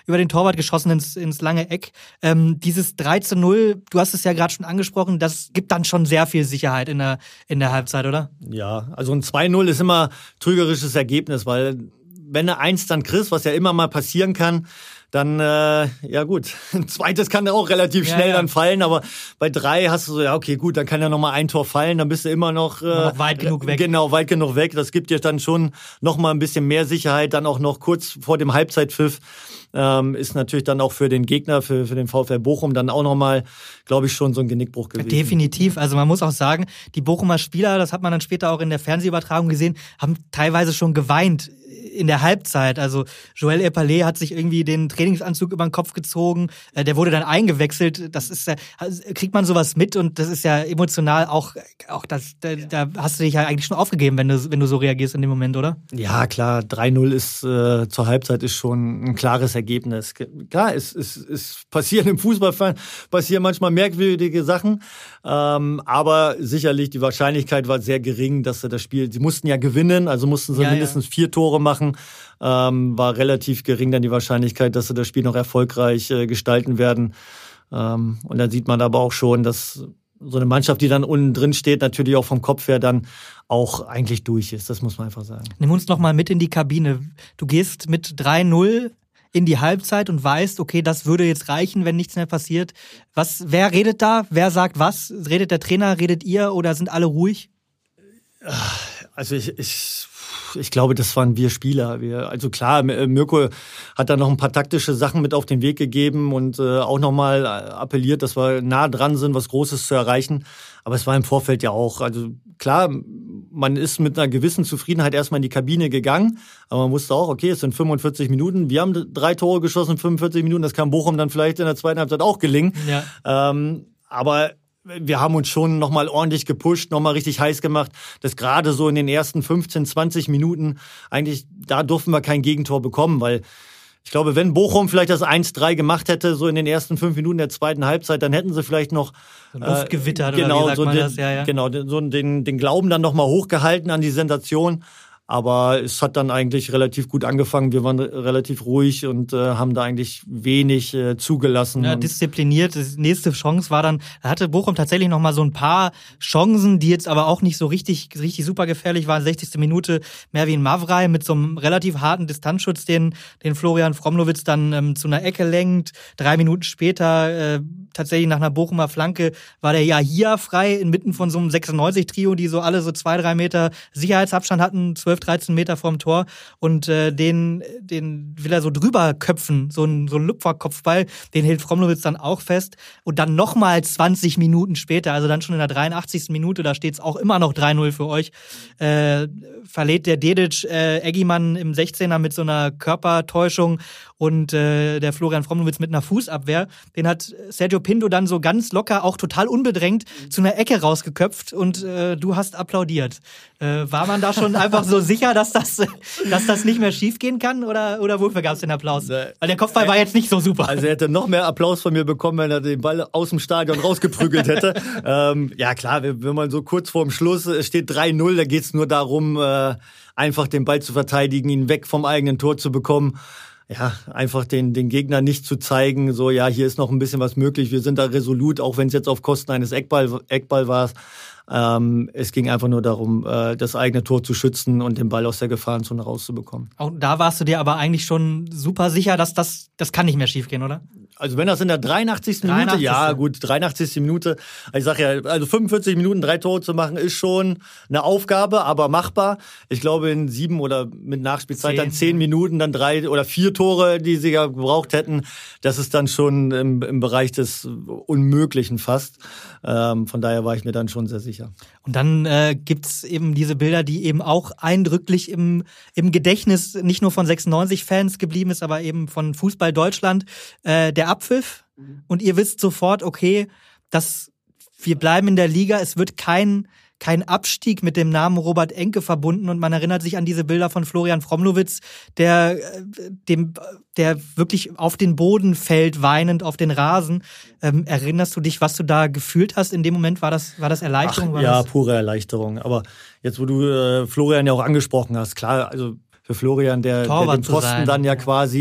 Torwart geschossen ins, ins lange Eck. Ähm, dieses drei zu null, du hast es ja gerade schon angesprochen, das gibt dann schon sehr viel Sicherheit in der, in der Halbzeit, oder? Ja, also ein zwei null ist immer trügerisches Ergebnis, weil wenn du eins dann kriegst, was ja immer mal passieren kann, dann, äh, ja gut, ein zweites kann auch relativ schnell ja, ja. dann fallen, aber bei drei hast du so, ja okay, gut, dann kann ja noch mal ein Tor fallen, dann bist du immer noch, äh, noch weit genug weg. Genau, weit genug weg. Das gibt dir dann schon noch mal ein bisschen mehr Sicherheit, dann auch noch kurz vor dem Halbzeitpfiff. Ähm, ist natürlich dann auch für den Gegner, für, für den VfL Bochum dann auch nochmal, glaube ich, schon so ein Genickbruch gewesen. Definitiv. Also man muss auch sagen, die Bochumer Spieler, das hat man dann später auch in der Fernsehübertragung gesehen, haben teilweise schon geweint in der Halbzeit. Also Joël Epalé hat sich irgendwie den Trainingsanzug über den Kopf gezogen. Der wurde dann eingewechselt. Das ist ja, kriegt man sowas mit und das ist ja emotional auch, auch das, da, da hast du dich ja eigentlich schon aufgegeben, wenn du, wenn du so reagierst in dem Moment, oder? Ja, klar. drei null ist äh, zur Halbzeit ist schon ein klares Ergebnis. Klar, es, es, es passieren im Fußball passieren manchmal merkwürdige Sachen, ähm, aber sicherlich die Wahrscheinlichkeit war sehr gering, dass sie das Spiel, sie mussten ja gewinnen, also mussten sie ja, mindestens ja. vier Tore machen. Ähm, war relativ gering dann die Wahrscheinlichkeit, dass sie das Spiel noch erfolgreich äh, gestalten werden. Ähm, und dann sieht man aber auch schon, dass so eine Mannschaft, die dann unten drin steht, natürlich auch vom Kopf her dann auch eigentlich durch ist. Das muss man einfach sagen. Nimm uns noch mal mit in die Kabine. Du gehst mit drei null in die Halbzeit und weißt, okay, das würde jetzt reichen, wenn nichts mehr passiert. Was, wer redet da? Wer sagt was? Redet der Trainer? Redet ihr? Oder sind alle ruhig? Also ich... ich Ich glaube, das waren wir Spieler. Wir, also klar, Mirko hat da noch ein paar taktische Sachen mit auf den Weg gegeben und äh, auch nochmal appelliert, dass wir nah dran sind, was Großes zu erreichen. Aber es war im Vorfeld ja auch. Also klar, man ist mit einer gewissen Zufriedenheit erstmal in die Kabine gegangen, aber man wusste auch, okay, es sind fünfundvierzig Minuten. Wir haben drei Tore geschossen, fünfundvierzig Minuten. Das kann Bochum dann vielleicht in der zweiten Halbzeit auch gelingen. Ja. Ähm, aber wir haben uns schon nochmal ordentlich gepusht, nochmal richtig heiß gemacht, dass gerade so in den ersten fünfzehn, zwanzig Minuten eigentlich, da durften wir kein Gegentor bekommen, weil ich glaube, wenn Bochum vielleicht das eins drei gemacht hätte, so in den ersten fünf Minuten der zweiten Halbzeit, dann hätten sie vielleicht noch Luft gewittert, äh, genau, oder wie sagt so man den, das? Ja, ja. Genau, so den, den Glauben dann nochmal hochgehalten an die Sensation. Aber es hat dann eigentlich relativ gut angefangen. Wir waren relativ ruhig und äh, haben da eigentlich wenig äh, zugelassen. Ja, diszipliniert. Die nächste Chance war dann, da hatte Bochum tatsächlich noch mal so ein paar Chancen, die jetzt aber auch nicht so richtig richtig super gefährlich waren. sechzigste Minute Mervin Mavrei mit so einem relativ harten Distanzschutz, den den Florian Fromlowitz dann ähm, zu einer Ecke lenkt. Drei Minuten später äh, tatsächlich nach einer Bochumer Flanke war der Yahia frei inmitten von so einem sechsundneunzig-Trio, die so alle so zwei, drei Meter Sicherheitsabstand hatten, zwölf, dreizehn Meter vorm Tor und äh, den den will er so drüber köpfen, so ein so ein Lupferkopfball, den hält Fromlowitz dann auch fest und dann nochmal zwanzig Minuten später, also dann schon in der dreiundachtzigsten Minute, da steht's auch immer noch drei null für euch, äh, verlädt der Dedic äh, Eggimann im sechzehner mit so einer Körpertäuschung und äh, der Florian Fromlowitz mit einer Fußabwehr, den hat Sergio Pinto dann so ganz locker, auch total unbedrängt zu einer Ecke rausgeköpft und äh, du hast applaudiert. Äh, war man da schon einfach so sicher, dass das, dass das nicht mehr schief gehen kann oder, oder wofür gab es den Applaus? Weil der Kopfball war jetzt nicht so super. Also er hätte noch mehr Applaus von mir bekommen, wenn er den Ball aus dem Stadion rausgeprügelt hätte. ähm, ja klar, wenn man so kurz vorm Schluss, es steht drei null, da geht's nur darum, äh, einfach den Ball zu verteidigen, ihn weg vom eigenen Tor zu bekommen. Ja, einfach den, den Gegner nicht zu zeigen, so, ja, hier ist noch ein bisschen was möglich, wir sind da resolut, auch wenn es jetzt auf Kosten eines Eckball, Eckball war. Ähm, es ging einfach nur darum, äh, das eigene Tor zu schützen und den Ball aus der Gefahrenzone rauszubekommen. Auch da warst du dir aber eigentlich schon super sicher, dass das, das kann nicht mehr schiefgehen, oder? Also wenn das in der dreiundachtzigsten Minute, ja gut, dreiundachtzigste Minute, ich sag ja, also fünfundvierzig Minuten drei Tore zu machen, ist schon eine Aufgabe, aber machbar. Ich glaube in sieben oder mit Nachspielzeit zehn, dann zehn Minuten, dann drei oder vier Tore, die sie ja gebraucht hätten, das ist dann schon im, im Bereich des Unmöglichen fast. Ähm, von daher war ich mir dann schon sehr sicher. Und dann äh, gibt's eben diese Bilder, die eben auch eindrücklich im, im Gedächtnis nicht nur von sechsundneunzig-Fans geblieben ist, aber eben von Fußball Deutschland. Äh, der Abpfiff und ihr wisst sofort, okay, das, wir bleiben in der Liga, es wird kein, kein Abstieg mit dem Namen Robert Enke verbunden und man erinnert sich an diese Bilder von Florian Fromlowitz, der, dem, der wirklich auf den Boden fällt, weinend auf den Rasen. Ähm, erinnerst du dich, was du da gefühlt hast in dem Moment? War das, war das Erleichterung? Ach, war ja, das? Pure Erleichterung. Aber jetzt, wo du äh, Florian ja auch angesprochen hast, klar, also für Florian, der, der den Posten dann ja quasi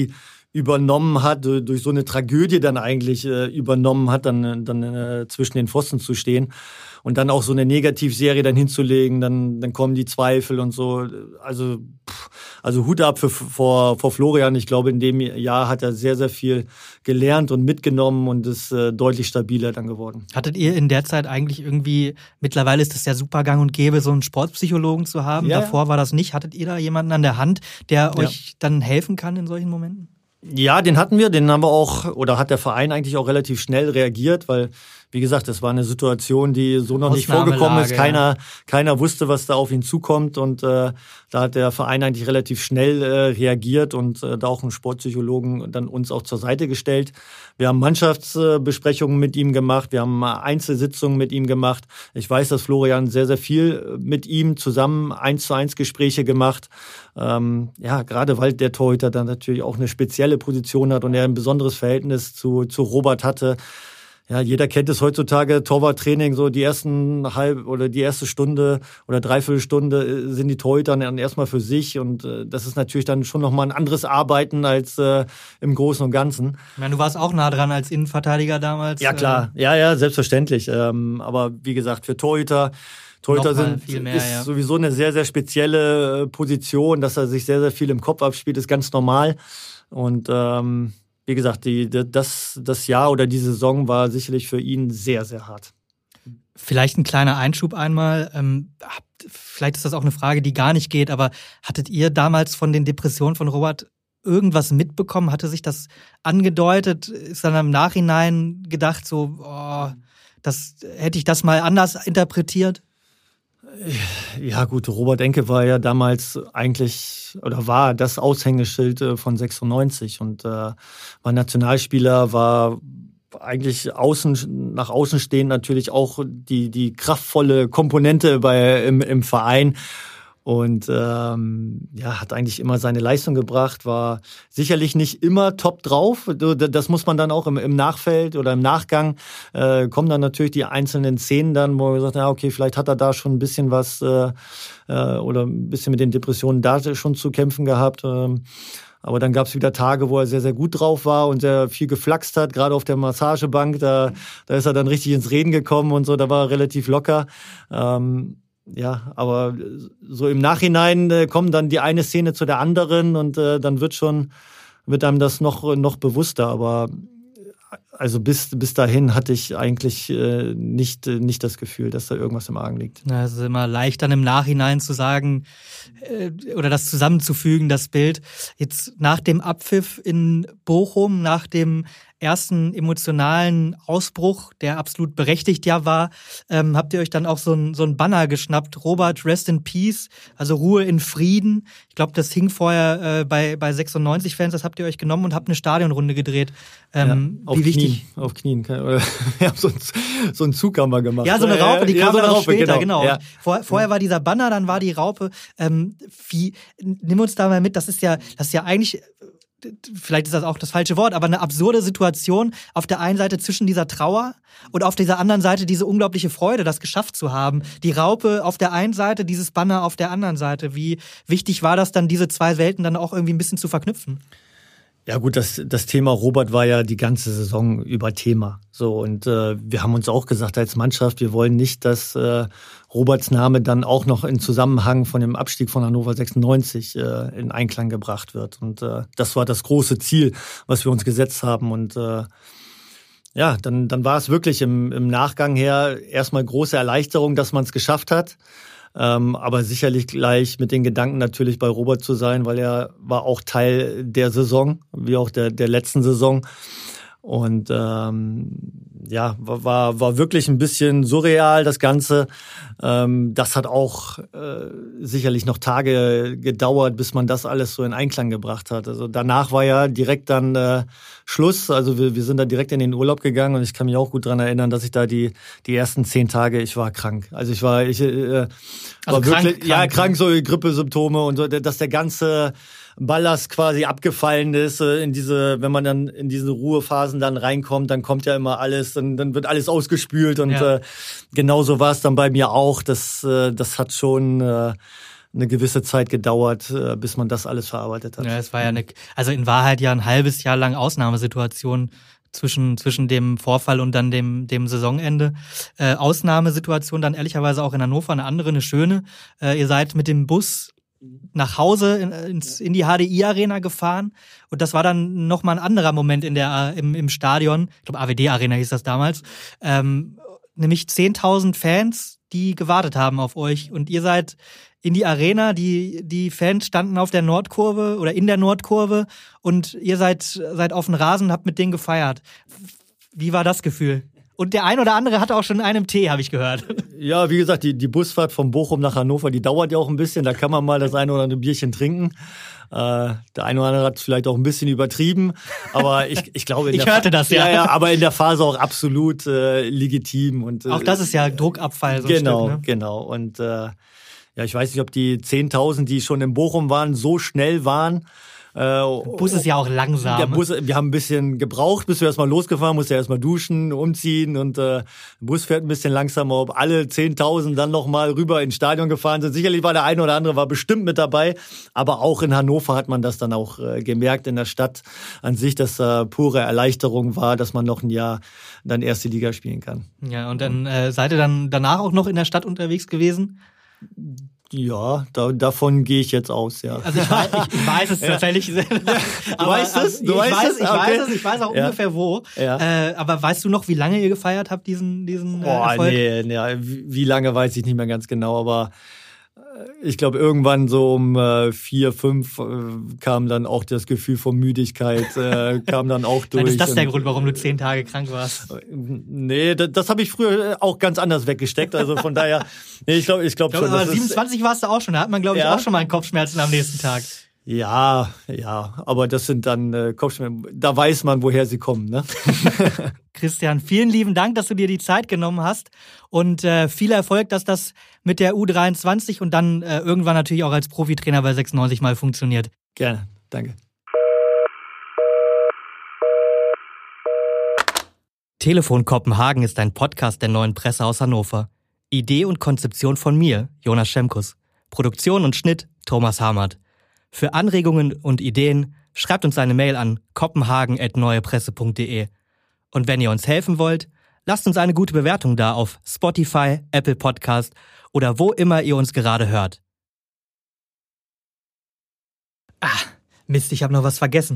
übernommen hat, durch so eine Tragödie dann eigentlich äh, übernommen hat, dann, dann äh, zwischen den Pfosten zu stehen und dann auch so eine Negativserie dann hinzulegen, dann, dann kommen die Zweifel und so. Also, pff, also Hut ab für, vor, vor Florian. Ich glaube, in dem Jahr hat er sehr, sehr viel gelernt und mitgenommen und ist äh, deutlich stabiler dann geworden. Hattet ihr in der Zeit eigentlich irgendwie, mittlerweile ist es ja super gang und gäbe, so einen Sportpsychologen zu haben? Ja, Davor ja. war das nicht. Hattet ihr da jemanden an der Hand, der ja. euch dann helfen kann in solchen Momenten? Ja, den hatten wir, den haben wir auch, oder hat der Verein eigentlich auch relativ schnell reagiert, weil, wie gesagt, das war eine Situation, die so noch nicht vorgekommen ist. Keiner, ja. keiner wusste, was da auf ihn zukommt und äh, da hat der Verein eigentlich relativ schnell äh, reagiert und äh, da auch einen Sportpsychologen dann uns auch zur Seite gestellt. Wir haben Mannschaftsbesprechungen mit ihm gemacht, wir haben Einzelsitzungen mit ihm gemacht. Ich weiß, dass Florian sehr, sehr viel mit ihm zusammen eins zu eins Gespräche gemacht. Ähm, ja, gerade weil der Torhüter dann natürlich auch eine spezielle Position hat und er ein besonderes Verhältnis zu, zu Robert hatte. Ja, jeder kennt es heutzutage, Torwarttraining, so die ersten halb oder die erste Stunde oder Dreiviertelstunde sind die Torhüter dann erstmal für sich und äh, das ist natürlich dann schon nochmal ein anderes Arbeiten als äh, im Großen und Ganzen. Ich meine, du warst auch nah dran als Innenverteidiger damals. Ja, klar, äh ja, ja, selbstverständlich. Ähm, aber wie gesagt, für Torhüter Torhüter sind, mehr, ist ja. sowieso eine sehr, sehr spezielle Position, dass er sich sehr, sehr viel im Kopf abspielt, ist ganz normal. Und ähm, wie gesagt, die, das, das Jahr oder die Saison war sicherlich für ihn sehr, sehr hart. Vielleicht ein kleiner Einschub einmal. Ähm, vielleicht ist das auch eine Frage, die gar nicht geht, aber hattet ihr damals von den Depressionen von Robert irgendwas mitbekommen? Hatte sich das angedeutet? Ist dann im Nachhinein gedacht, so, oh, das, hätte ich das mal anders interpretiert? Ja gut, Robert Enke war ja damals eigentlich oder war das Aushängeschild von sechsundneunzig und äh, war Nationalspieler, war eigentlich außen, nach außen stehend natürlich auch die, die kraftvolle Komponente bei, im, im Verein. Und ähm, ja, hat eigentlich immer seine Leistung gebracht, war sicherlich nicht immer top drauf. Das muss man dann auch im, im Nachfeld oder im Nachgang, äh, kommen dann natürlich die einzelnen Szenen dann, wo man sagt, ja, okay, vielleicht hat er da schon ein bisschen was äh, äh, oder ein bisschen mit den Depressionen da schon zu kämpfen gehabt. Ähm, aber dann gab es wieder Tage, wo er sehr, sehr gut drauf war und sehr viel geflaxt hat, gerade auf der Massagebank. Da, da ist er dann richtig ins Reden gekommen und so, da war er relativ locker. Ähm, Ja, aber so im Nachhinein äh, kommen dann die eine Szene zu der anderen und äh, dann wird schon, wird einem das noch, noch bewusster. Aber also bis, bis dahin hatte ich eigentlich äh, nicht, äh, nicht das Gefühl, dass da irgendwas im Argen liegt. Ja, es ist immer leicht dann im Nachhinein zu sagen äh, oder das zusammenzufügen, das Bild. Jetzt nach dem Abpfiff in Bochum, nach dem ersten emotionalen Ausbruch, der absolut berechtigt ja war, ähm, habt ihr euch dann auch so ein, so ein Banner geschnappt, Robert, Rest in Peace, also Ruhe in Frieden. Ich glaube, das hing vorher äh, bei, bei sechsundneunzig-Fans, das habt ihr euch genommen und habt eine Stadionrunde gedreht. Ähm, ja, auf wie wichtig? Knien, auf Knien. Wir haben so, ein, so einen Zug haben wir gemacht. Ja, so eine Raupe, die ja, kam so dann auch Raupe, später, genau. genau. Ja. Vor, vorher war dieser Banner, dann war die Raupe. Ähm, wie, nimm uns da mal mit, das ist ja, das ist ja eigentlich, vielleicht ist das auch das falsche Wort, aber eine absurde Situation auf der einen Seite zwischen dieser Trauer und auf dieser anderen Seite diese unglaubliche Freude, das geschafft zu haben. Die Raupe auf der einen Seite, dieses Banner auf der anderen Seite. Wie wichtig war das dann, diese zwei Welten dann auch irgendwie ein bisschen zu verknüpfen? Ja gut, das, das Thema Robert war ja die ganze Saison über Thema. So und äh, wir haben uns auch gesagt als Mannschaft, wir wollen nicht, dass äh, Roberts Name dann auch noch in Zusammenhang von dem Abstieg von Hannover sechsundneunzig äh, in Einklang gebracht wird. Und äh, das war das große Ziel, was wir uns gesetzt haben. Und äh, ja, dann, dann war es wirklich im, im Nachgang her erstmal große Erleichterung, dass man es geschafft hat. Ähm, aber sicherlich gleich mit den Gedanken natürlich bei Robert zu sein, weil er war auch Teil der Saison, wie auch der, der letzten Saison. Und ähm, ja, war, war wirklich ein bisschen surreal, das Ganze. Ähm, das hat auch äh, sicherlich noch Tage gedauert, bis man das alles so in Einklang gebracht hat. Also danach war ja direkt dann äh, Schluss. Also wir, wir sind da direkt in den Urlaub gegangen und ich kann mich auch gut dran erinnern, dass ich da die die ersten zehn Tage, ich war krank. Also ich war, ich äh, war also wirklich, krank, ja krank, so Grippesymptome und so, dass der ganze Ballast quasi abgefallen ist in diese, wenn man dann in diese Ruhephasen dann reinkommt, dann kommt ja immer alles, dann, dann wird alles ausgespült und ja. äh, genauso war es dann bei mir auch. Das, äh, das hat schon äh, eine gewisse Zeit gedauert, bis man das alles verarbeitet hat. Ja, es war ja eine, also in Wahrheit ja ein halbes Jahr lang Ausnahmesituation zwischen zwischen dem Vorfall und dann dem dem Saisonende. Äh, Ausnahmesituation dann ehrlicherweise auch in Hannover, eine andere, eine schöne. Äh, ihr seid mit dem Bus nach Hause in, ins, in die H D I-Arena gefahren und das war dann nochmal ein anderer Moment in der im, im Stadion, ich glaube A W D-Arena hieß das damals, ähm, nämlich zehntausend Fans, die gewartet haben auf euch und ihr seid in die Arena, die die Fans standen auf der Nordkurve oder in der Nordkurve und ihr seid seid auf dem Rasen und habt mit denen gefeiert. Wie war das Gefühl? Und der ein oder andere hatte auch schon einen Tee, habe ich gehört. Ja, wie gesagt, die, die Busfahrt von Bochum nach Hannover, die dauert ja auch ein bisschen. Da kann man mal das eine oder andere Bierchen trinken. Äh, der eine oder andere hat vielleicht auch ein bisschen übertrieben. Aber ich, ich glaube... In ich der hörte Fa- das, ja. ja. Ja, aber in der Phase auch absolut äh, legitim. Und, äh, auch das ist ja Druckabfall. So genau, ein Stück, ne? genau. Und äh, ja, ich weiß nicht, ob die zehntausend, die schon in Bochum waren, so schnell waren. Der Bus ist ja auch langsam. Der Bus, wir haben ein bisschen gebraucht, bis wir erstmal losgefahren, musste erstmal duschen, umziehen und äh, der Bus fährt ein bisschen langsamer. Ob alle zehntausend dann nochmal rüber ins Stadion gefahren sind, sicherlich war der eine oder andere, war bestimmt mit dabei, aber auch in Hannover hat man das dann auch äh, gemerkt in der Stadt an sich, dass da äh, pure Erleichterung war, dass man noch ein Jahr dann erste Liga spielen kann. Ja, und dann äh, seid ihr dann danach auch noch in der Stadt unterwegs gewesen? Ja, da, davon gehe ich jetzt aus, ja. Also ich weiß, ich, ich weiß es tatsächlich. Ja. Du weißt es? Du ich weißt weiß, es? ich Okay. weiß es, ich weiß auch ja. ungefähr wo. Ja. Äh, aber weißt du noch, wie lange ihr gefeiert habt, diesen, diesen äh, Boah, Erfolg? nee, nee, wie, wie lange weiß ich nicht mehr ganz genau, aber ich glaube, irgendwann so um äh, vier, fünf äh, kam dann auch das Gefühl von Müdigkeit, äh, kam dann auch durch. Ist das der Grund, warum du zehn Tage krank warst? Nee, das, das habe ich früher auch ganz anders weggesteckt. Also von daher, nee, ich glaube ich glaub schon. Aber das siebenundzwanzig ist, warst du auch schon, da hat man, glaube ich, ja? auch schon mal Kopfschmerzen am nächsten Tag. Ja, ja, aber das sind dann äh, Kopfschmerzen, da weiß man, woher sie kommen, ne? Christian, vielen lieben Dank, dass du dir die Zeit genommen hast und äh, viel Erfolg, dass das mit der U dreiundzwanzig und dann äh, irgendwann natürlich auch als Profitrainer bei sechsundneunzig mal funktioniert. Gerne, danke. Telefon Kopenhagen ist ein Podcast der Neuen Presse aus Hannover. Idee und Konzeption von mir, Jonas Schemkus. Produktion und Schnitt, Thomas Hamert. Für Anregungen und Ideen schreibt uns eine Mail an kopenhagen at neuepresse punkt de. Und wenn ihr uns helfen wollt, lasst uns eine gute Bewertung da auf Spotify, Apple Podcast oder wo immer ihr uns gerade hört. Ah, Mist, ich habe noch was vergessen.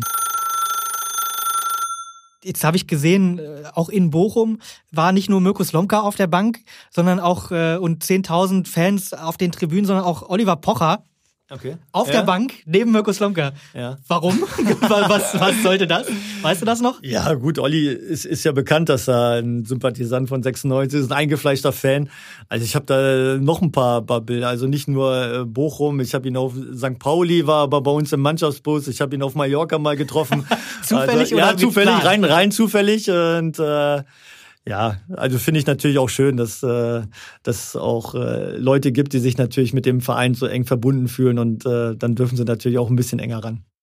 Jetzt habe ich gesehen, auch in Bochum war nicht nur Mirko Slomka auf der Bank, sondern auch äh, und zehntausend Fans auf den Tribünen, sondern auch Oliver Pocher. Okay. Auf ja. der Bank neben Mirko Slomka. Ja. Warum? was, was sollte das? Weißt du das noch? Ja gut, Olli ist, ist ja bekannt, dass er ein Sympathisant von sechsundneunzig ist, ein eingefleischter Fan. Also ich habe da noch ein paar, paar Bilder, also nicht nur Bochum, ich habe ihn auf Sankt Pauli, war aber bei uns im Mannschaftsbus, ich habe ihn auf Mallorca mal getroffen. Zufällig also, oder ja, zufällig, Plan? rein, rein zufällig und äh, ja, also finde ich natürlich auch schön, dass äh, dass auch äh, Leute gibt, die sich natürlich mit dem Verein so eng verbunden fühlen und äh, dann dürfen sie natürlich auch ein bisschen enger ran.